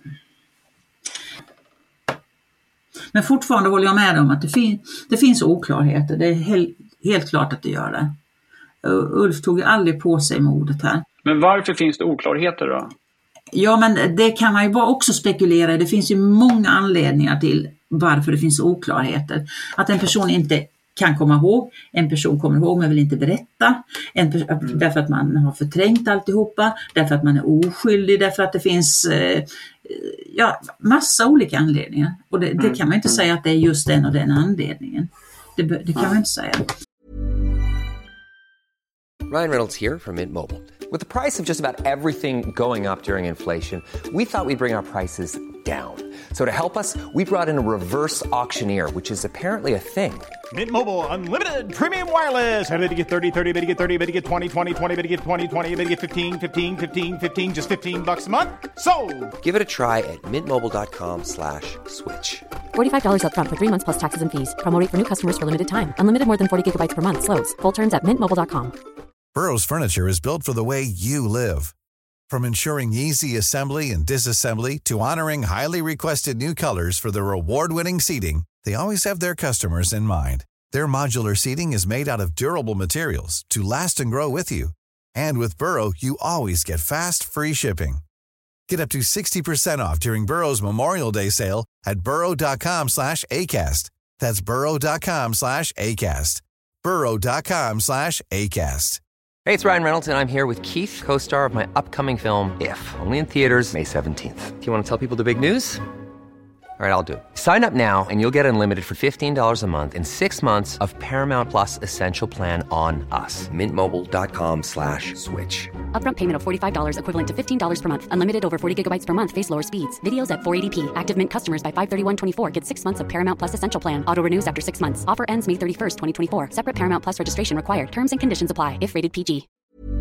Men fortfarande håller jag med om att det, fin- det finns oklarheter. Det är he- helt klart att det gör det. Ulf tog ju aldrig på sig mordet här. Men varför finns det oklarheter då? Ja, men det kan man ju bara också spekulera. Det finns ju många anledningar till varför det finns oklarheter. Att en person inte kan komma ihåg. En person kommer ihåg men vill inte berätta. En pers- mm. Därför att man har förträngt alltihopa. Därför att man är oskyldig. Därför att det finns... Eh, Ja, massa olika anledningar. Och det, det kan man inte säga att det är just den och den anledningen. Det, det kan man inte säga. Ryan Reynolds here from Mint Mobile. With the price of just about everything going up during inflation, we thought we'd bring our prices down. So to help us, we brought in a reverse auctioneer, which is apparently a thing. Mint Mobile Unlimited Premium Wireless. How to get thirty, thirty, how to get thirty, how to get twenty, twenty, twenty, how to get twenty, twenty, how to get fifteen, fifteen, fifteen, fifteen, just fifteen bucks a month? Sold! Give it a try at mintmobile.com slash switch. forty-five dollars up front for three months plus taxes and fees. Promo rate for new customers for limited time. Unlimited more than forty gigabytes per month. Slows full terms at mint mobile dot com. Burrow's furniture is built for the way you live. From ensuring easy assembly and disassembly to honoring highly requested new colors for their award-winning seating, they always have their customers in mind. Their modular seating is made out of durable materials to last and grow with you. And with Burrow, you always get fast, free shipping. Get up to sixty percent off during Burrow's Memorial Day sale at burrow.com slash ACAST. That's burrow.com slash ACAST. burrow.com slash ACAST. Hey, it's Ryan Reynolds, and I'm here with Keith, co-star of my upcoming film, If, only in theaters May seventeenth. Do you want to tell people the big news? All right, I'll do it. Sign up now and you'll get unlimited for fifteen dollars a month and six months of Paramount Plus Essential Plan on us. Mintmobile.com slash switch. Upfront payment of forty-five dollars equivalent to fifteen dollars per month. Unlimited over forty gigabytes per month. Face lower speeds. Videos at four eighty p. Active Mint customers by five thirty-one twenty-four get six months of Paramount Plus Essential Plan. Auto renews after six months. Offer ends May thirty-first, twenty twenty-four. Separate Paramount Plus registration required. Terms and conditions apply if rated P G.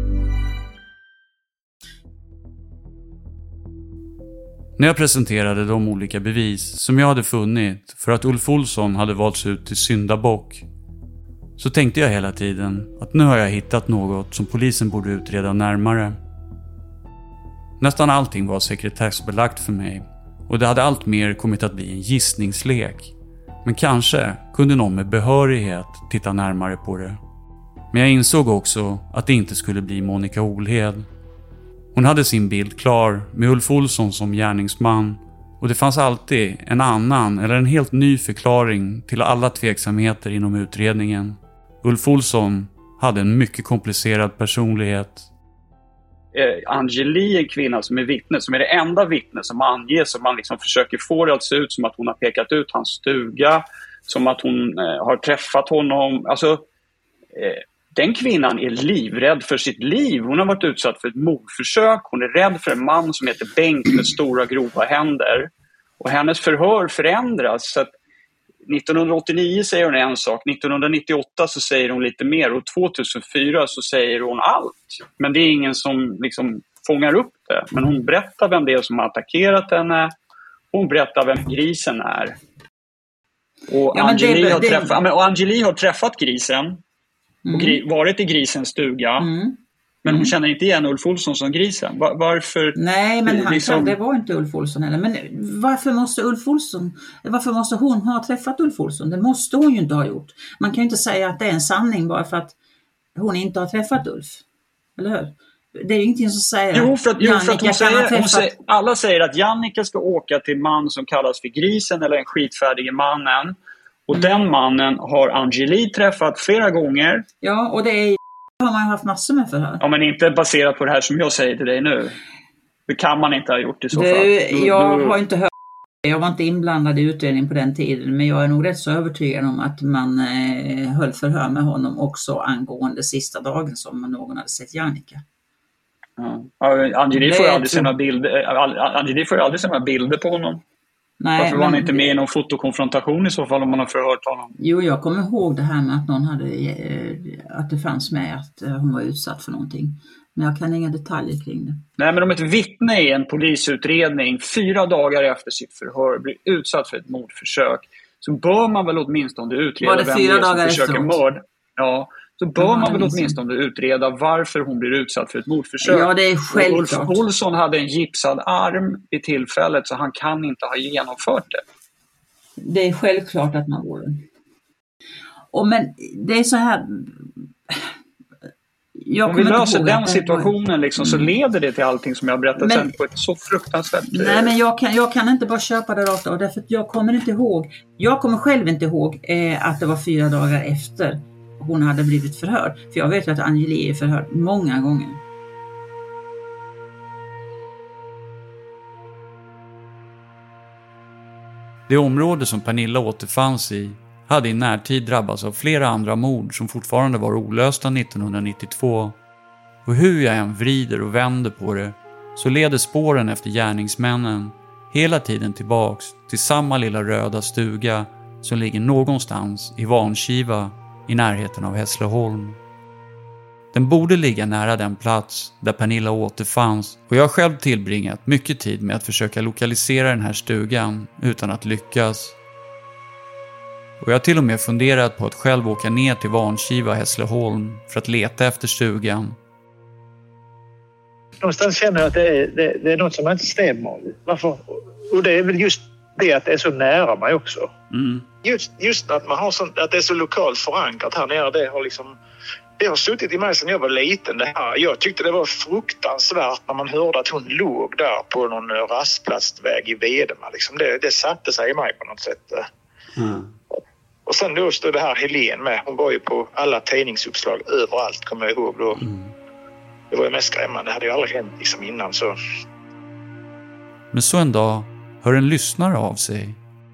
När jag presenterade de olika bevis som jag hade funnit för att Ulf Olsson hade valts ut till syndabock, så tänkte jag hela tiden att nu har jag hittat något som polisen borde utreda närmare. Nästan allting var sekretessbelagt för mig och det hade allt mer kommit att bli en gissningslek. Men kanske kunde någon med behörighet titta närmare på det. Men jag insåg också att det inte skulle bli Monica Olhed. Hon hade sin bild klar med Ulf Olsson som gärningsman och det fanns alltid en annan eller en helt ny förklaring till alla tveksamheter inom utredningen. Ulf Olsson hade en mycket komplicerad personlighet. Eh, Angeli är en kvinna som är vittne, som är det enda vittne som anges, som man liksom försöker få det att se ut som att hon har pekat ut hans stuga, som att hon eh, har träffat honom. Alltså... Eh, Den kvinnan är livrädd för sitt liv. Hon har varit utsatt för ett mordförsök. Hon är rädd för en man som heter Bengt med stora grova händer. Och hennes förhör förändras. Så att nittonhundraåttionio säger hon en sak. nittonhundranittioåtta så säger hon lite mer. Och tvåtusenfyra så säger hon allt. Men det är ingen som liksom fångar upp det. Men hon berättar vem det är som har attackerat henne. Hon berättar vem grisen är. Och, ja, Angeli, det, har träffat, det... och Angeli har träffat grisen. Mm. Och gri- varit i grisens stuga. Mm. Men hon känner inte igen Ulf Olsson som grisen. Var, varför? Nej, men han liksom... det var inte Ulf Olsson heller. Men varför måste Ulf Olsson, varför måste hon ha träffat Ulf Olsson? Det måste hon ju inte ha gjort. Man kan ju inte säga att det är en sanning bara för att hon inte har träffat Ulf. Eller hur? Det är ju ingenting som säger jo, för att, jo, för att hon säger, träffat... hon säger, alla säger att Jannica ska åka till man som kallas för grisen eller den skitfärdige mannen. Och mm. den mannen har Angeli träffat flera gånger. Ja, och det är, har man haft massor med för här. Ja, men inte baserat på det här som jag säger till dig nu. Det kan man inte ha gjort i så det, fall. Jag har inte hört. Jag var inte inblandad i utredningen på den tiden, men jag är nog rätt så övertygad om att man eh, höll förhör med honom också angående sista dagen som någon hade sett Jannica. Ja. Angeli får ju aldrig se några bilder, Angeli får ju aldrig se några bilder på honom. Nej, varför var han inte med i någon fotokonfrontation i så fall om man har förhört honom? Jo, jag kommer ihåg det här med att någon hade, att det fanns med att hon var utsatt för någonting. Men jag kan inga detaljer kring det. Nej, men om ett vittne i en polisutredning fyra dagar efter sitt förhör blir utsatt för ett mordförsök, så bör man väl åtminstone utreda vem det är som försöker mörda. Ja, så bör ja, man väl åtminstone utreda varför hon blir utsatt för ett mordförsök. Ja, det är självklart. Ulf Olsson hade en gipsad arm i tillfället, så han kan inte ha genomfört det. Det är självklart att man borde. Och men det är så här... Jag Om vi löser den situationen liksom, så leder det till allting som jag berättat men, sen på ett så fruktansvärt... Nej, men jag kan, jag kan inte bara köpa det rakt av, därför att jag kommer inte ihåg, jag kommer själv inte ihåg eh, att det var fyra dagar efter hon hade blivit förhörd. För jag vet att Angeli är förhörd många gånger. Det område som Pernilla återfanns i hade i närtid drabbats av flera andra mord som fortfarande var olösta nittonhundranittiotvå. Och hur jag än vrider och vänder på det så leder spåren efter gärningsmännen hela tiden tillbaks till samma lilla röda stuga som ligger någonstans i Vanskiva i närheten av Hässleholm. Den borde ligga nära den plats där Pernilla återfanns och jag har själv tillbringat mycket tid med att försöka lokalisera den här stugan utan att lyckas. Och jag har till och med funderat på att själv åka ner till Vanskiva, Hässleholm för att leta efter stugan. Någonstans känner jag att det är, det, det är något som inte stämmer. Varför? Och det är väl just det att det är så nära mig också. Mm. Just, just att man har sånt, att det är så lokalt förankrat här nere, det har liksom... Det har suttit i mig sedan jag var liten. Det här. Jag tyckte det var fruktansvärt när man hörde att hon låg där på någon rastplatsväg i Vedema. Liksom det, det satte sig i mig på något sätt. Mm. Och sen då stod det här Helene med. Hon var ju på alla tidningsuppslag överallt, kommer jag ihåg då. Mm. Det var ju mest skrämmande. Det hade ju aldrig hänt liksom innan så. Men så en dag hör en lyssnare av sig.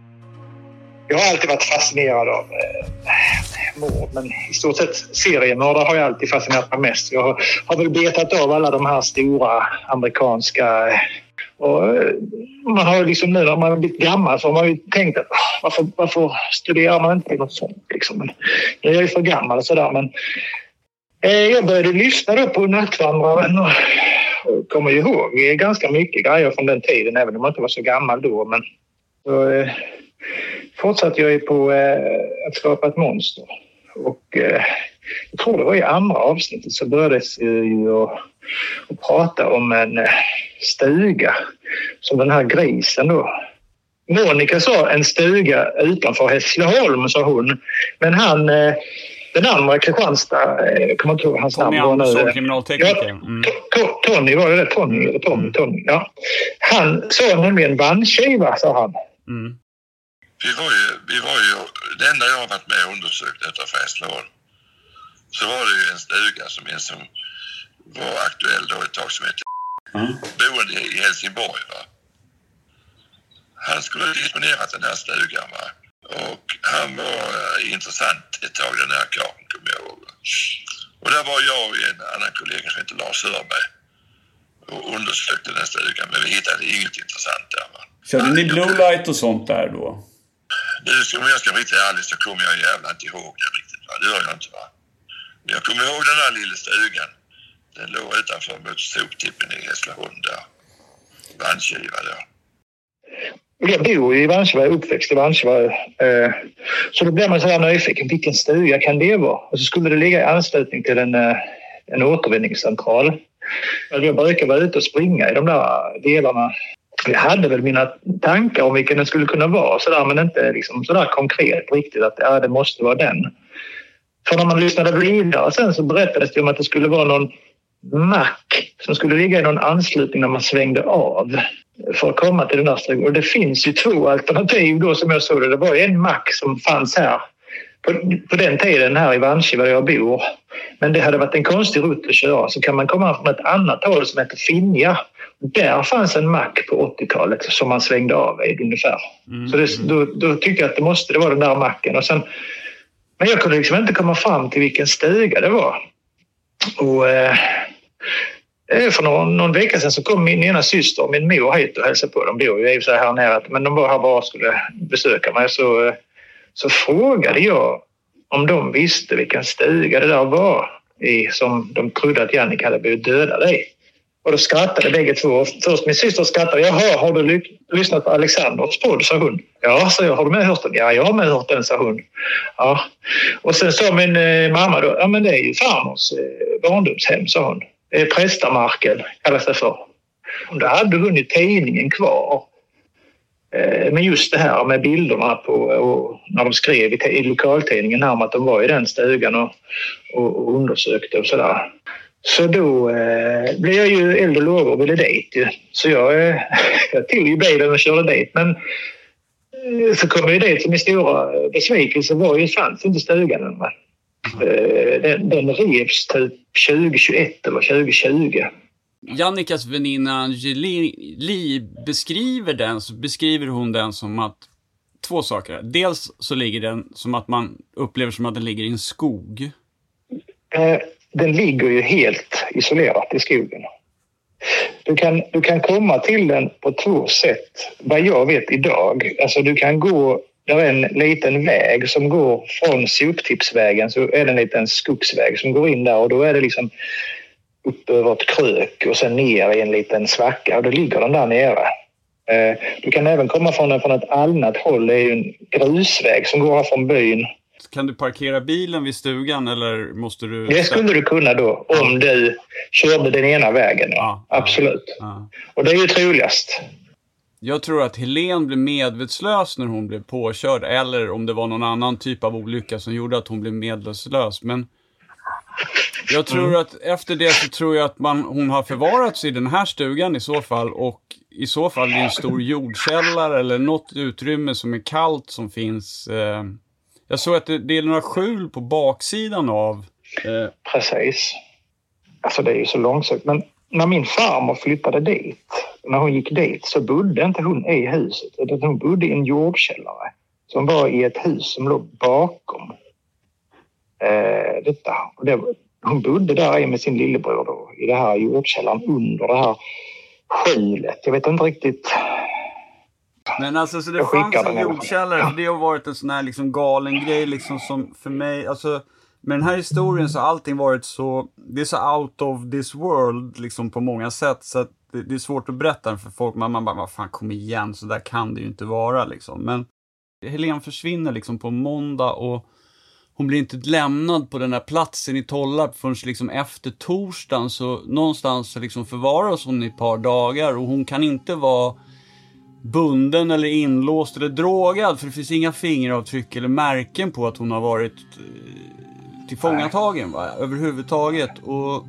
Jag har alltid varit fascinerad av eh, mord, men i stort sett seriemördare har jag alltid fascinerat mig mest. Jag har, har väl betat av alla de här stora amerikanska... Och man har liksom nu när man har blivit gammal så har man ju tänkt att varför, varför studerar man inte något sånt liksom. Men jag är ju för gammal och sådär, men eh, jag började lyssna då på Nattvandraren och, och kommer ju ihåg ganska mycket grejer från den tiden, även om man inte var så gammal då, men så, eh, fortsatte jag ju på eh, att skapa ett monster och eh, jag tror det var i andra avsnittet så började jag ju att, att prata om en eh, stuga som den här grisen då. Monica sa en stuga utanför Hässleholm, sa hon. Men han, eh, den andra Kristianstad, eh, kommer inte ihåg hans namn. Tommy Andersson, kriminaltekniker. Mm. Ja, Tony var det, Tony, eller Tommy, Tony, ja. Han sa nämligen Vanskiva, sa han. Mm. Vi var ju, vi var ju, det enda jag har varit med och undersökt detta för Hässleholm, så var det ju en stuga som, en som var aktuell då ett tag som hette mm. boende i Helsingborg, va. Han skulle ha disponerat den här stugan, va. Och han var uh, intressant ett tag, den här karln, kommer jag ihåg. Och där var jag och en annan kollega som heter Lars Hörberg och undersökte den här stugan, men vi hittade inget intressant där, va. Körde ni blue light och sånt där då? Nu, om jag ska vara riktigt ärlig så kommer jag jävla inte ihåg det riktigt, va. Det gör jag inte, va. Men jag kommer ihåg den här lilla stugan. Den låg utanför mot soptippen i Hässleholm där. Vanskiva där. Jag bor i Vanskiva, uppväxt i Vanskiva. Eh, så då blev man så här nyfiken. Vilken stuga kan det vara? Och så skulle det ligga i anslutning till en, en återvinningscentral. Jag brukar vara ute och springa i de där delarna. Jag hade väl mina tankar om vilken den skulle kunna vara så där, men inte liksom så där konkret riktigt att ja, det måste vara den. För när man lyssnade vidare sen så berättades det om att det skulle vara någon mack som skulle ligga i någon anslutning när man svängde av för att komma till den där stugan. Och det finns ju två alternativ då som jag såg det. Det var en mack som fanns här på, på den tiden här i Vanskiva där jag bor. Men det hade varit en konstig rutt att köra, så kan man komma från ett annat håll som heter Finja. Där fanns en mack på åttiotalet som man svängde av vid ungefär. Mm. Så det, då, då tyckte jag att det måste det vara den där macken. Och sen, men jag kunde liksom inte komma fram till vilken stuga det var. Och eh, för någon, någon vecka sedan så kom min ena syster och min mor hit och hälsade på. De bor ju i så här nära, men de var här bara skulle besöka mig. Så, så frågade jag om de visste vilken stuga det där var i, som de trodde att Jannik hade blivit dödad i. Och då skrattade bägge två. Först min syster skrattade. Jaha, har du ly- lyssnat på Alexanders podd, sa hon. Ja, så jag har du med hört den? Ja, jag har med hört den, sa hon. Ja. Och sen sa min eh, mamma då, ja men det är ju farmors eh, barndomshem, sa hon. Det är Prästamarken, kallas det för. Och då hade hon ju tidningen kvar. Eh, men just det här med bilderna på, och när de skrev i, i lokaltidningen här om att de var i den stugan och, och, och undersökte och sådär. Så då eh, blev jag ju eld och lågor och ville dit ju. Så jag, eh, jag tog ju bilen och körde dit. Men eh, så kom jag dit, så min stora besvikelse var ju fanns inte stugan. Eh, den, den revs typ tjugo tjugoett eller tjugo tjugo. Jannikas väninna Angeli beskriver den, så beskriver hon den som att två saker. Dels så ligger den som att man upplever som att den ligger i en skog. Eh, Den ligger ju helt isolerat i skogen. Du kan, du kan komma till den på två sätt. Vad jag vet idag. Alltså du kan gå, där är en liten väg som går från soptipsvägen, så är det en liten skogsväg som går in där, och då är det liksom upp över ett krök och sen ner i en liten svacka, och då ligger den där nere. Du kan även komma från, en, från ett annat håll. Det är ju en grusväg som går här från byn. Kan du parkera bilen vid stugan eller måste du... Det skulle du kunna då om du körde den ena vägen. Ja. Ja. Absolut. Ja. Och det är ju troligast. Jag tror att Helen blev medvetslös när hon blev påkörd, eller om det var någon annan typ av olycka som gjorde att hon blev medvetslös. Men jag tror mm. att efter det så tror jag att man, hon har förvarats i den här stugan i så fall, och i så fall i en stor jordkällare eller något utrymme som är kallt som finns... Eh, Jag såg att det, det är några skjul på baksidan av... Eh... Precis. Alltså det är ju så långsökt. Men när min farmor flyttade dit, när hon gick dit, så bodde inte hon i huset. Utan hon bodde i en jordkällare som var i ett hus som låg bakom eh, detta. Och det, hon bodde där med sin lillebror då, i det här jordkällaren under det här skjulet. Jag vet inte riktigt... Men alltså så det jag fanns en jordkällare, ja. Det har varit en sån här liksom galen grej liksom som för mig, alltså med den här historien så har allting varit så, det är så out of this world liksom på många sätt, så att det, det är svårt att berätta för folk, man, man bara, vad fan, kom igen, så där kan det ju inte vara liksom. Men Helen försvinner liksom på måndag och hon blir inte lämnad på den här platsen i Tollarp förrän liksom efter torsdagen, så någonstans så liksom förvaras hon i ett par dagar, och hon kan inte vara bunden eller inlåst eller drogad, för det finns inga fingeravtryck eller märken på att hon har varit tillfångatagen va? Överhuvudtaget. Och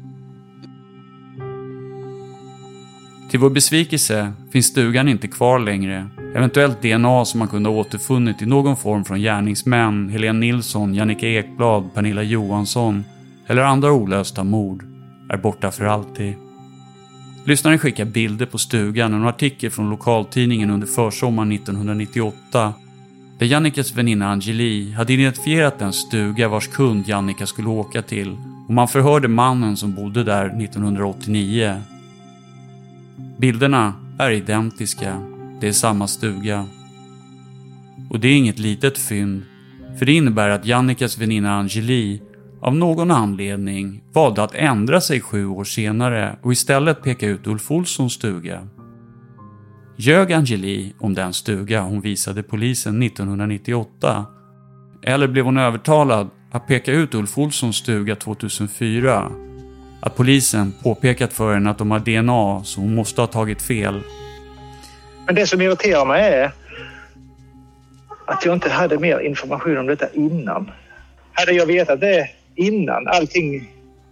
till vår besvikelse finns stugan inte kvar längre. Eventuellt D N A som man kunde ha återfunnit i någon form från gärningsmän, Helene Nilsson, Jannica Ekblad, Pernilla Johansson eller andra olösta mord är borta för alltid. Lyssnaren skickar bilder på stugan och en artikel från lokaltidningen under försommaren nittonhundranittioåtta, där Jannikas väninna Angeli hade identifierat den stuga vars kund Jannica skulle åka till, och man förhörde mannen som bodde där nittonhundraåttionio. Bilderna är identiska, det är samma stuga. Och det är inget litet fynd, för det innebär att Jannikas väninna Angeli av någon anledning valde att ändra sig sju år senare och istället peka ut Ulf Olssons stuga. Ljög Angeli om den stuga hon visade polisen nittonhundranittioåtta? Eller blev hon övertalad att peka ut Ulf Olssons stuga tvåtusenfyra? Att polisen påpekat för henne att de har D N A så hon måste ha tagit fel. Men det som irriterar mig är att jag inte hade mer information om detta innan. Hade jag vetat det innan allting,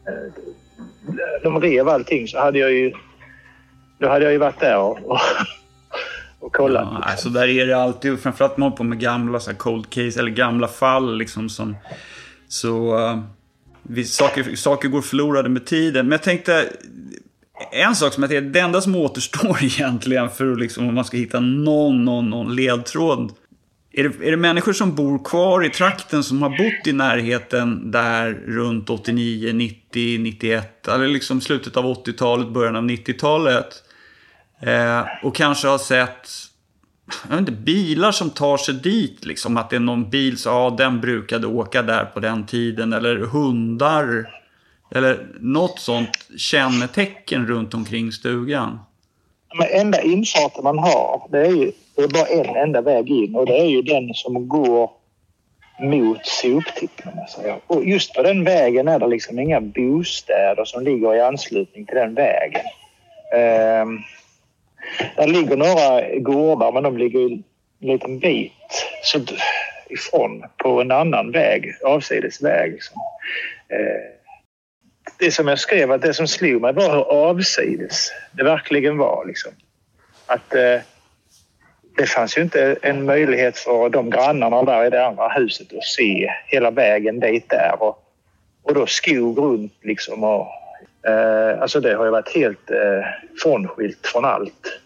de rev allting, så hade jag ju, då hade jag ju varit där och, och, och kollat. Ja, alltså där är det alltid, framförallt man på med gamla så här cold case eller gamla fall liksom, som så uh, saker, saker går förlorade med tiden. Men jag tänkte, en sak som jag tänkte, det enda som återstår egentligen för att liksom, om man ska hitta någon, någon, någon ledtråd, är det, är det människor som bor kvar i trakten som har bott i närheten där runt åttionio, nittio, nittioett eller liksom slutet av åttiotalet, början av nittiotalet, eh, och kanske har sett, jag vet inte, bilar som tar sig dit liksom, att det är någon bil så ja, den brukade åka där på den tiden, eller hundar eller något sånt kännetecken runt omkring stugan. Men enda infarten man har, det är ju det är bara en enda väg in, och det är ju den som går mot soptippen. Alltså. Och just på den vägen är det liksom inga bostäder som ligger i anslutning till den vägen. Ehm, där ligger några gårdar, men de ligger en liten bit så ifrån på en annan väg, avsidesväg. Liksom. Ehm, det som jag skrev, att det som slog mig var hur avsides det verkligen var. Liksom. Att eh, det fanns ju inte en möjlighet för de grannarna där i det andra huset att se hela vägen dit där. Och, och då skog runt liksom. Och, eh, alltså det har ju varit helt eh, frånskilt från allt.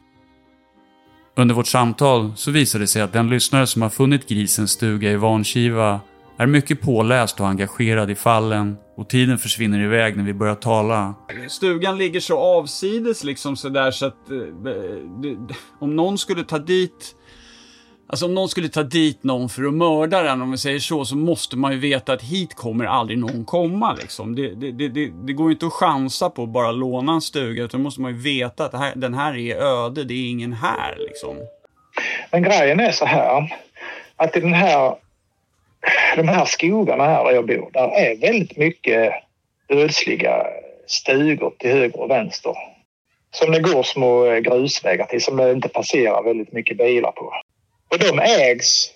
Under vårt samtal så visade det sig att den lyssnare som har funnit grisens stuga i Vanskiva är mycket påläst och engagerad i fallen, och tiden försvinner iväg när vi börjar tala. Stugan ligger så avsides liksom så där så att eh, om någon skulle ta dit, alltså om någon skulle ta dit någon för att mörda den, om vi säger så, så måste man ju veta att hit kommer aldrig någon komma liksom. Det, det, det, det, det går ju inte att chansa på att bara låna en stuga, utan måste man ju veta att det här, den här är öde, det är ingen här liksom. Men grejen är så här, att i den här de här skogarna här där jag bor, där är väldigt mycket ödsliga stugor till höger och vänster. Som det går små grusvägar till, som det inte passerar väldigt mycket bilar på. Och de ägs,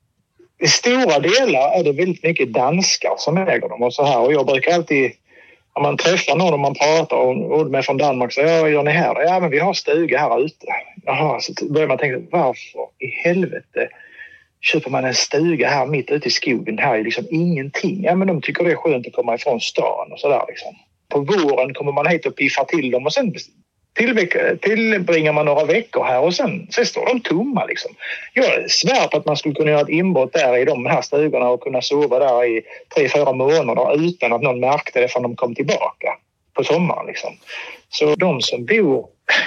i stora delar är det väldigt mycket danskar som äger dem och så här. Och jag brukar alltid, om man träffar någon och man pratar och de är från Danmark, så ja, gör ni här? Ja, men vi har stuga här ute. Jaha, så börjar man tänka, varför i helvete köper man en stuga här mitt ute i skogen? Här är liksom ingenting. Ja, men de tycker det är skönt att komma ifrån stan och sådär liksom. På våren kommer man hit och piffar till dem och sen tillbringar man några veckor här och sen, sen står de tomma liksom. Jag svär på att man skulle kunna göra ett inbrott där i de här stugorna och kunna sova där i tre, fyra månader utan att någon märkte det förrän de kom tillbaka på sommaren liksom. Så de som bor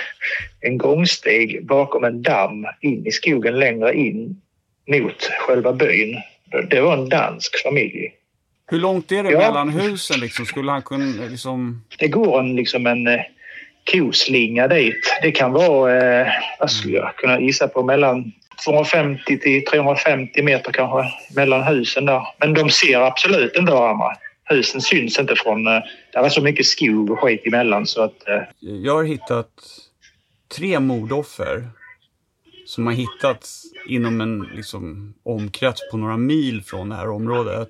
en gångsteg bakom en damm in i skogen längre in mot själva byn, det var en dansk familj. Hur långt är det ja. mellan husen liksom? Skulle han kunna liksom... Det går en, liksom en eh, koslinga dit. Det kan vara, eh, vad skulle jag kunna gissa på, mellan tvåhundrafemtio till trehundrafemtio meter kanske mellan husen där. Men de ser absolut inte varandra. Husen syns inte från, eh, det är så mycket skog och skit emellan så att... Eh... Jag har hittat tre mordoffer som har hittats inom en liksom, omkrets på några mil från det här området.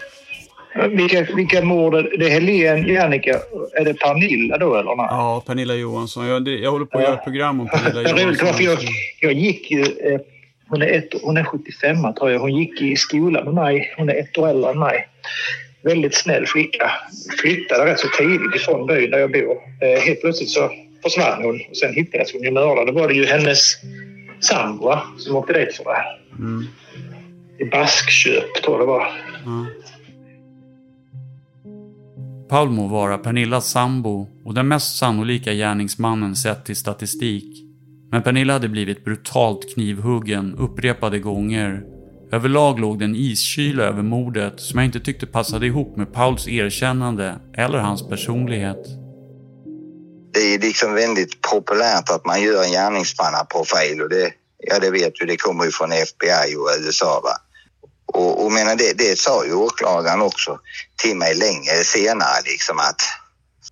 Vilka, vilka mord? Det är Helene, Jannica, är det Pernilla då eller? Nej? Ja, Pernilla Johansson. Jag, jag håller på att ja. göra ett program om Pernilla Johansson. jag, jag gick ju, eh, hon, är ett, hon är sjuttiofem tror jag. Hon gick i skolan med mig. Hon är ett år äldre än mig. Väldigt snäll flicka. Flyttade rätt så tidigt ifrån byn där jag bor. Eh, helt plötsligt så försvann hon. Och sen hittades hon ju mördad. Då var det ju hennes sambo som åkte dit för det. Mm. I Baskköp tror jag det var. Mm. Paul må vara Pernillas sambo och den mest sannolika gärningsmannen sett till statistik. Men Pernilla hade blivit brutalt knivhuggen upprepade gånger. Överlag låg den iskyla över mordet som jag inte tyckte passade ihop med Pauls erkännande eller hans personlighet. Det är liksom väldigt populärt att man gör en gärningsmannaprofil och det, ja, det vet du, det kommer ju från F B I och U S A va. Och, och menar det, det sa ju åklagaren också till mig längre senare liksom att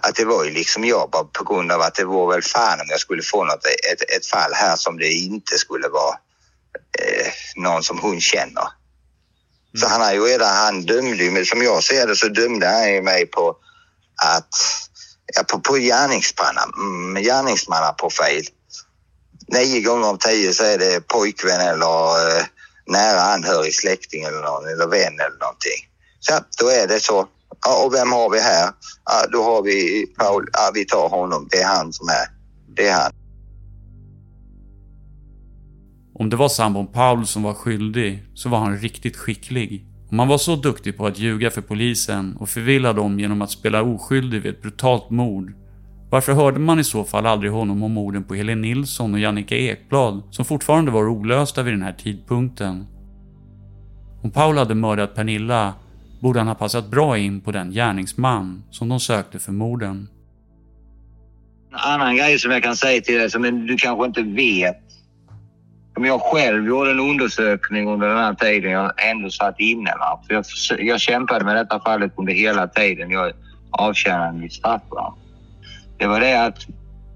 att det var ju liksom jag bara på grund av att det var väl fan om jag skulle få något, ett, ett fall här som det inte skulle vara eh, någon som hon känner. Mm. Så han har ju redan, han dömde ju, men som jag ser det så dömde han ju mig på att, ja, på, på gärningsmanna, mm, gärningsmannaprofil. Nio gånger av tio så är det pojkvän eller eh, nära anhörig släkting eller någon, eller vän eller någonting. Så då är det så. Ja, och vem har vi här? Ja, då har vi Paul. Ja, vi tar honom. Det är han som är. Det är han. Om det var sambon Paul som var skyldig så var han riktigt skicklig. Om han var så duktig på att ljuga för polisen och förvilla dem genom att spela oskyldig vid ett brutalt mord. Varför hörde man i så fall aldrig honom om morden på Helen Nilsson och Jannica Ekblad som fortfarande var olösta vid den här tidpunkten? Om Paul hade mördat Pernilla borde han ha passat bra in på den gärningsman som de sökte för morden. En annan grej som jag kan säga till dig som du kanske inte vet. Om jag själv gjorde en undersökning under den här tiden jag ändå satt inne. Va? För jag, jag kämpade med detta fallet under hela tiden jag avtjänade mitt straff. Va? Det var det att...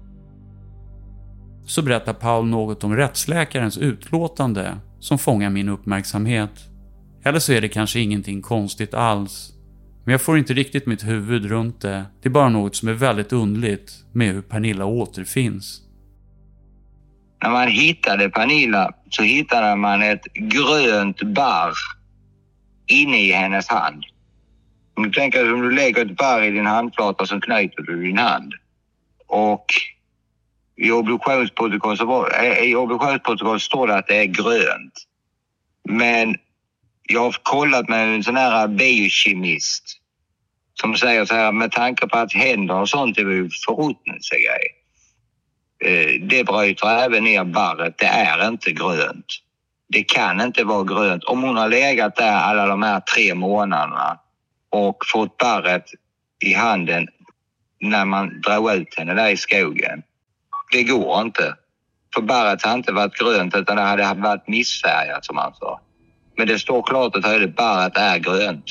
Så berättar Paul något om rättsläkarens utlåtande som fångar min uppmärksamhet. Eller så är det kanske ingenting konstigt alls. Men jag får inte riktigt mitt huvud runt det. Det är bara något som är väldigt underligt med hur Pernilla återfinns. När man hittade Pernilla så hittade man ett grönt barr inne i hennes hand. Om du tänker att om du lägger ett barr i din handflata så knyter du din hand. Och i obduktionsprotokoll så var, i obduktionsprotokoll står det att det är grönt. Men jag har kollat med en sån här biokemist som säger så här, med tanke på att händer och sånt är ju förruttnelsegrej. Det bryter även ner barret, det är inte grönt. Det kan inte vara grönt. Om hon har legat där alla de här tre månaderna och fått barret i handen när man drar ut henne där i skogen. Det går inte. För barret har inte varit grönt utan det hade varit missfärgat som man sa. Men det står klart att det barret är grönt.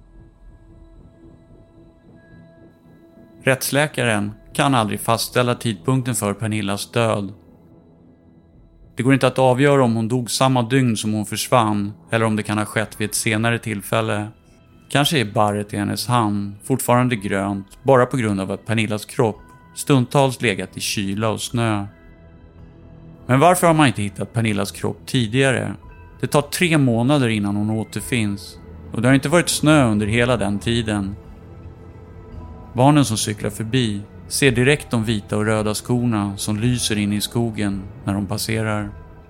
Rättsläkaren kan aldrig fastställa tidpunkten för Pernillas död. Det går inte att avgöra om hon dog samma dygn som hon försvann eller om det kan ha skett vid ett senare tillfälle. Kanske är barret i hennes hand fortfarande grönt bara på grund av att Pernillas kropp stundtals legat i kyla och snö. Men varför har man inte hittat Pernillas kropp tidigare? Det tar tre månader innan hon återfinns och det har inte varit snö under hela den tiden. Barnen som cyklar förbi ser direkt de vita och röda skorna som lyser in i skogen när de passerar.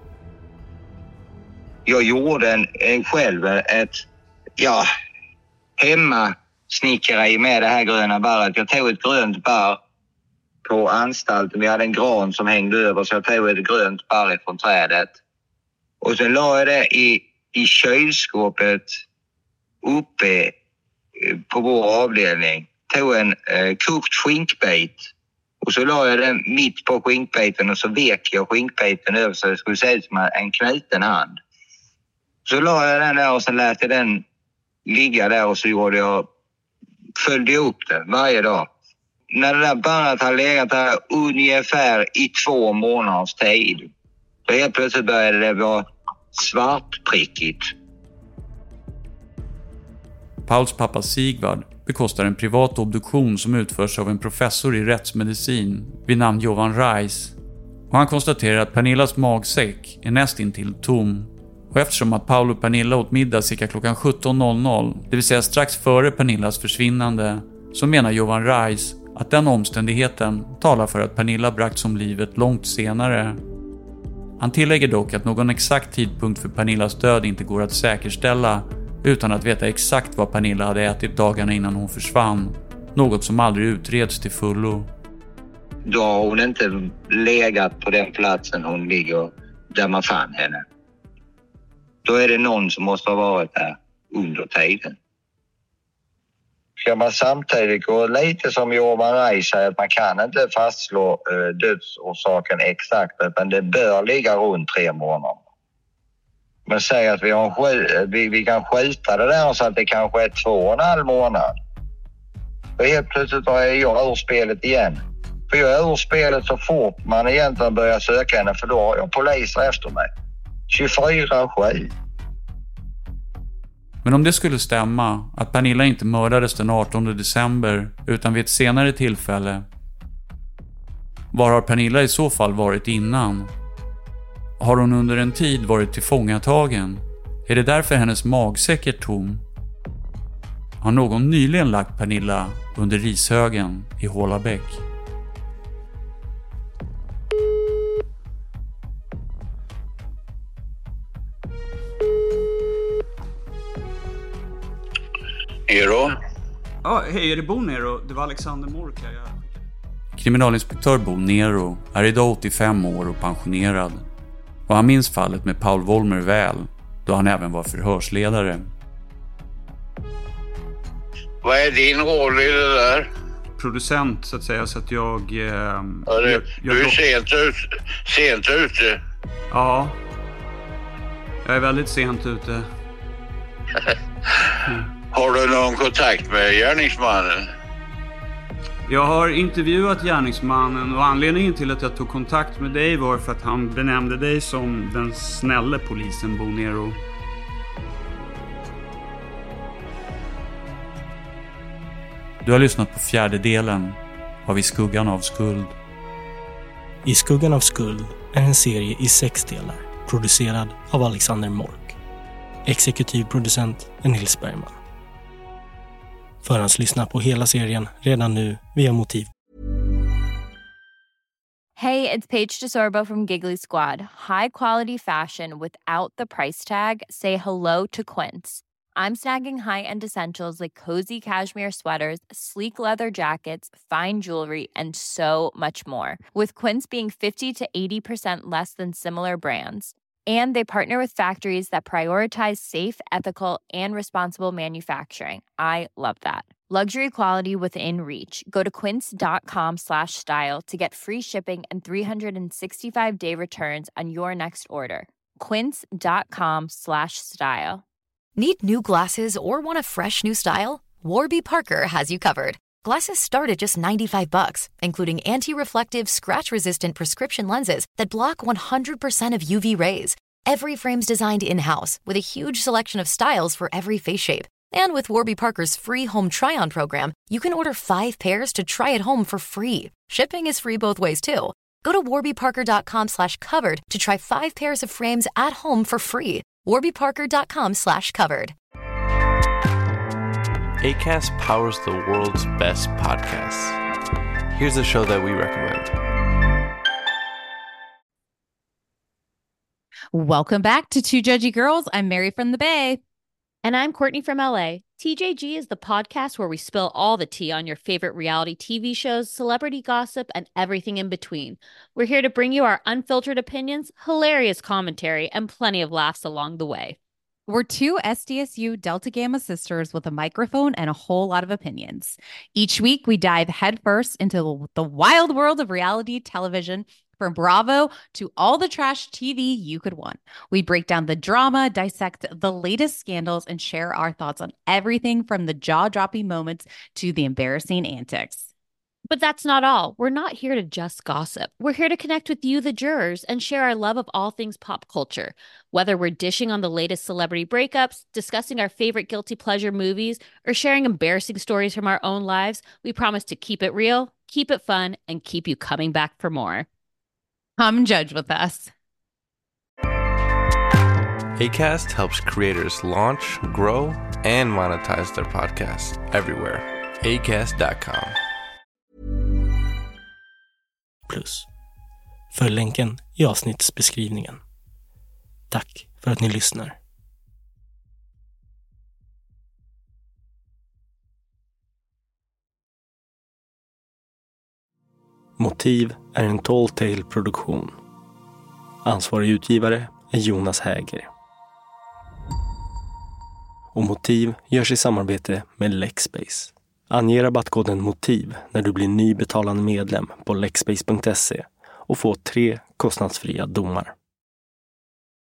Jag gjorde en, en själv ett ja, hemma snickare med det här gröna barret. Jag tog ett grönt barr på anstalten. Vi hade en gran som hängde över så jag tog ett grönt barr från trädet. Och sen la jag det i, i kylskåpet uppe på vår avdelning. Tog en eh, kokt skinkbit och så la jag den mitt på skinkbiten och så vek jag skinkbiten över så det skulle se ut som en knuten hand. Så la jag den där och så lät jag den ligga där och så gjorde jag, följde upp det varje dag. När det där barnet har legat där ungefär i två månaders tid, så helt plötsligt började det vara svartprickigt. Pauls pappa Sigvard bekostar en privat obduktion som utförs av en professor i rättsmedicin vid namn Jovan Reis. Och han konstaterar att Pernillas magsäck är nästintill tom. Och eftersom att Paul och Pernilla åt middag cirka klockan sjutton noll noll, det vill säga strax före Pernillas försvinnande, så menar Jovan Reis att den omständigheten talar för att Pernilla bragts om livet långt senare. Han tillägger dock att någon exakt tidpunkt för Pernillas död inte går att säkerställa utan att veta exakt vad Pernilla hade ätit dagarna innan hon försvann. Något som aldrig utreds till fullo. Då har hon inte legat på den platsen hon ligger där man fann henne. Då är det någon som måste ha varit där under tiden. Ska man samtidigt gå lite som Jovan Reis säger att man kan inte fastslå eh, dödsorsaken exakt utan det bör ligga runt tre månader. Men säg att vi, har, vi, vi kan skjuta det där så att det kanske är två och en halv månad. Och helt plötsligt är jag ur spelet igen. För jag är ur spelet så fort man egentligen börjar söka henne, för då har jag poliser efter mig. tjugofyra sju. Men om det skulle stämma att Pernilla inte mördades den artonde december utan vid ett senare tillfälle, var har Pernilla i så fall varit innan? Har hon under en tid varit tillfångatagen? Är det därför hennes magsäck är tom? Har någon nyligen lagt Pernilla under rishögen i Hålabäck? Nero? Ja, hej, är det Bo Nero? Det var Alexander Mork här. Jag... Kriminalinspektör Bo Nero är idag åttiofem år och pensionerad. Och han minns fallet med Paul Wollmer väl, då han även var förhörsledare. Vad är din roll i det där? Producent, så att säga, så att jag... Eh, ja, det, jag, jag du är sent, ut, sent ute. Ja, jag är väldigt sent ute. Mm. Har du någon kontakt med gärningsmannen? Jag har intervjuat gärningsmannen och anledningen till att jag tog kontakt med dig var för att han benämnde dig som den snälla polisen, Bo Nero. Du har lyssnat på fjärde delen av I skuggan av skuld. I skuggan av skuld är en serie i sex delar, producerad av Alexander Mork. Exekutiv producent är Nils Bergman. Förhandslyssna på hela serien redan nu via Motiv. Hey, it's Paige DeSorbo from Giggly Squad. High quality fashion without the price tag. Say hello to Quince. I'm snagging high-end essentials like cozy cashmere sweaters, sleek leather jackets, fine jewelry, and so much more. With Quince being fifty to eighty percent less than similar brands. And they partner with factories that prioritize safe, ethical, and responsible manufacturing. I love that. Luxury quality within reach. Go to quince.com slash style to get free shipping and three sixty-five day returns on your next order. Quince.com slash style. Need new glasses or want a fresh new style? Warby Parker has you covered. Glasses start at just ninety-five bucks, including anti-reflective, scratch-resistant prescription lenses that block one hundred percent of U V rays. Every frame's designed in-house with a huge selection of styles for every face shape. And with Warby Parker's free home try-on program, you can order five pairs to try at home for free. Shipping is free both ways, too. Go to warbyparker.com slash covered to try five pairs of frames at home for free. warbyparker.com slash covered. Acast powers the world's best podcasts. Here's a show that we recommend. Welcome back to Two Judgy Girls. I'm Mary from the Bay. And I'm Courtney from L A. T J G is the podcast where we spill all the tea on your favorite reality T V shows, celebrity gossip, and everything in between. We're here to bring you our unfiltered opinions, hilarious commentary, and plenty of laughs along the way. We're two S D S U Delta Gamma sisters with a microphone and a whole lot of opinions. Each week, we dive headfirst into the wild world of reality television, from Bravo to all the trash T V you could want. We break down the drama, dissect the latest scandals, and share our thoughts on everything from the jaw-dropping moments to the embarrassing antics. But that's not all. We're not here to just gossip. We're here to connect with you, the jurors, and share our love of all things pop culture. Whether we're dishing on the latest celebrity breakups, discussing our favorite guilty pleasure movies, or sharing embarrassing stories from our own lives, we promise to keep it real, keep it fun, and keep you coming back for more. Come judge with us. Acast helps creators launch, grow, and monetize their podcasts everywhere. acast dot com. Plus. Följ länken i avsnittsbeskrivningen. Tack för att ni lyssnar. Motiv är en Tall Tale-produktion. Ansvarig utgivare är Jonas Häger. Och Motiv görs i samarbete med Lexbase. Ange rabattkoden MOTIV när du blir ny betalande medlem på lexbase punkt se och få tre kostnadsfria domar.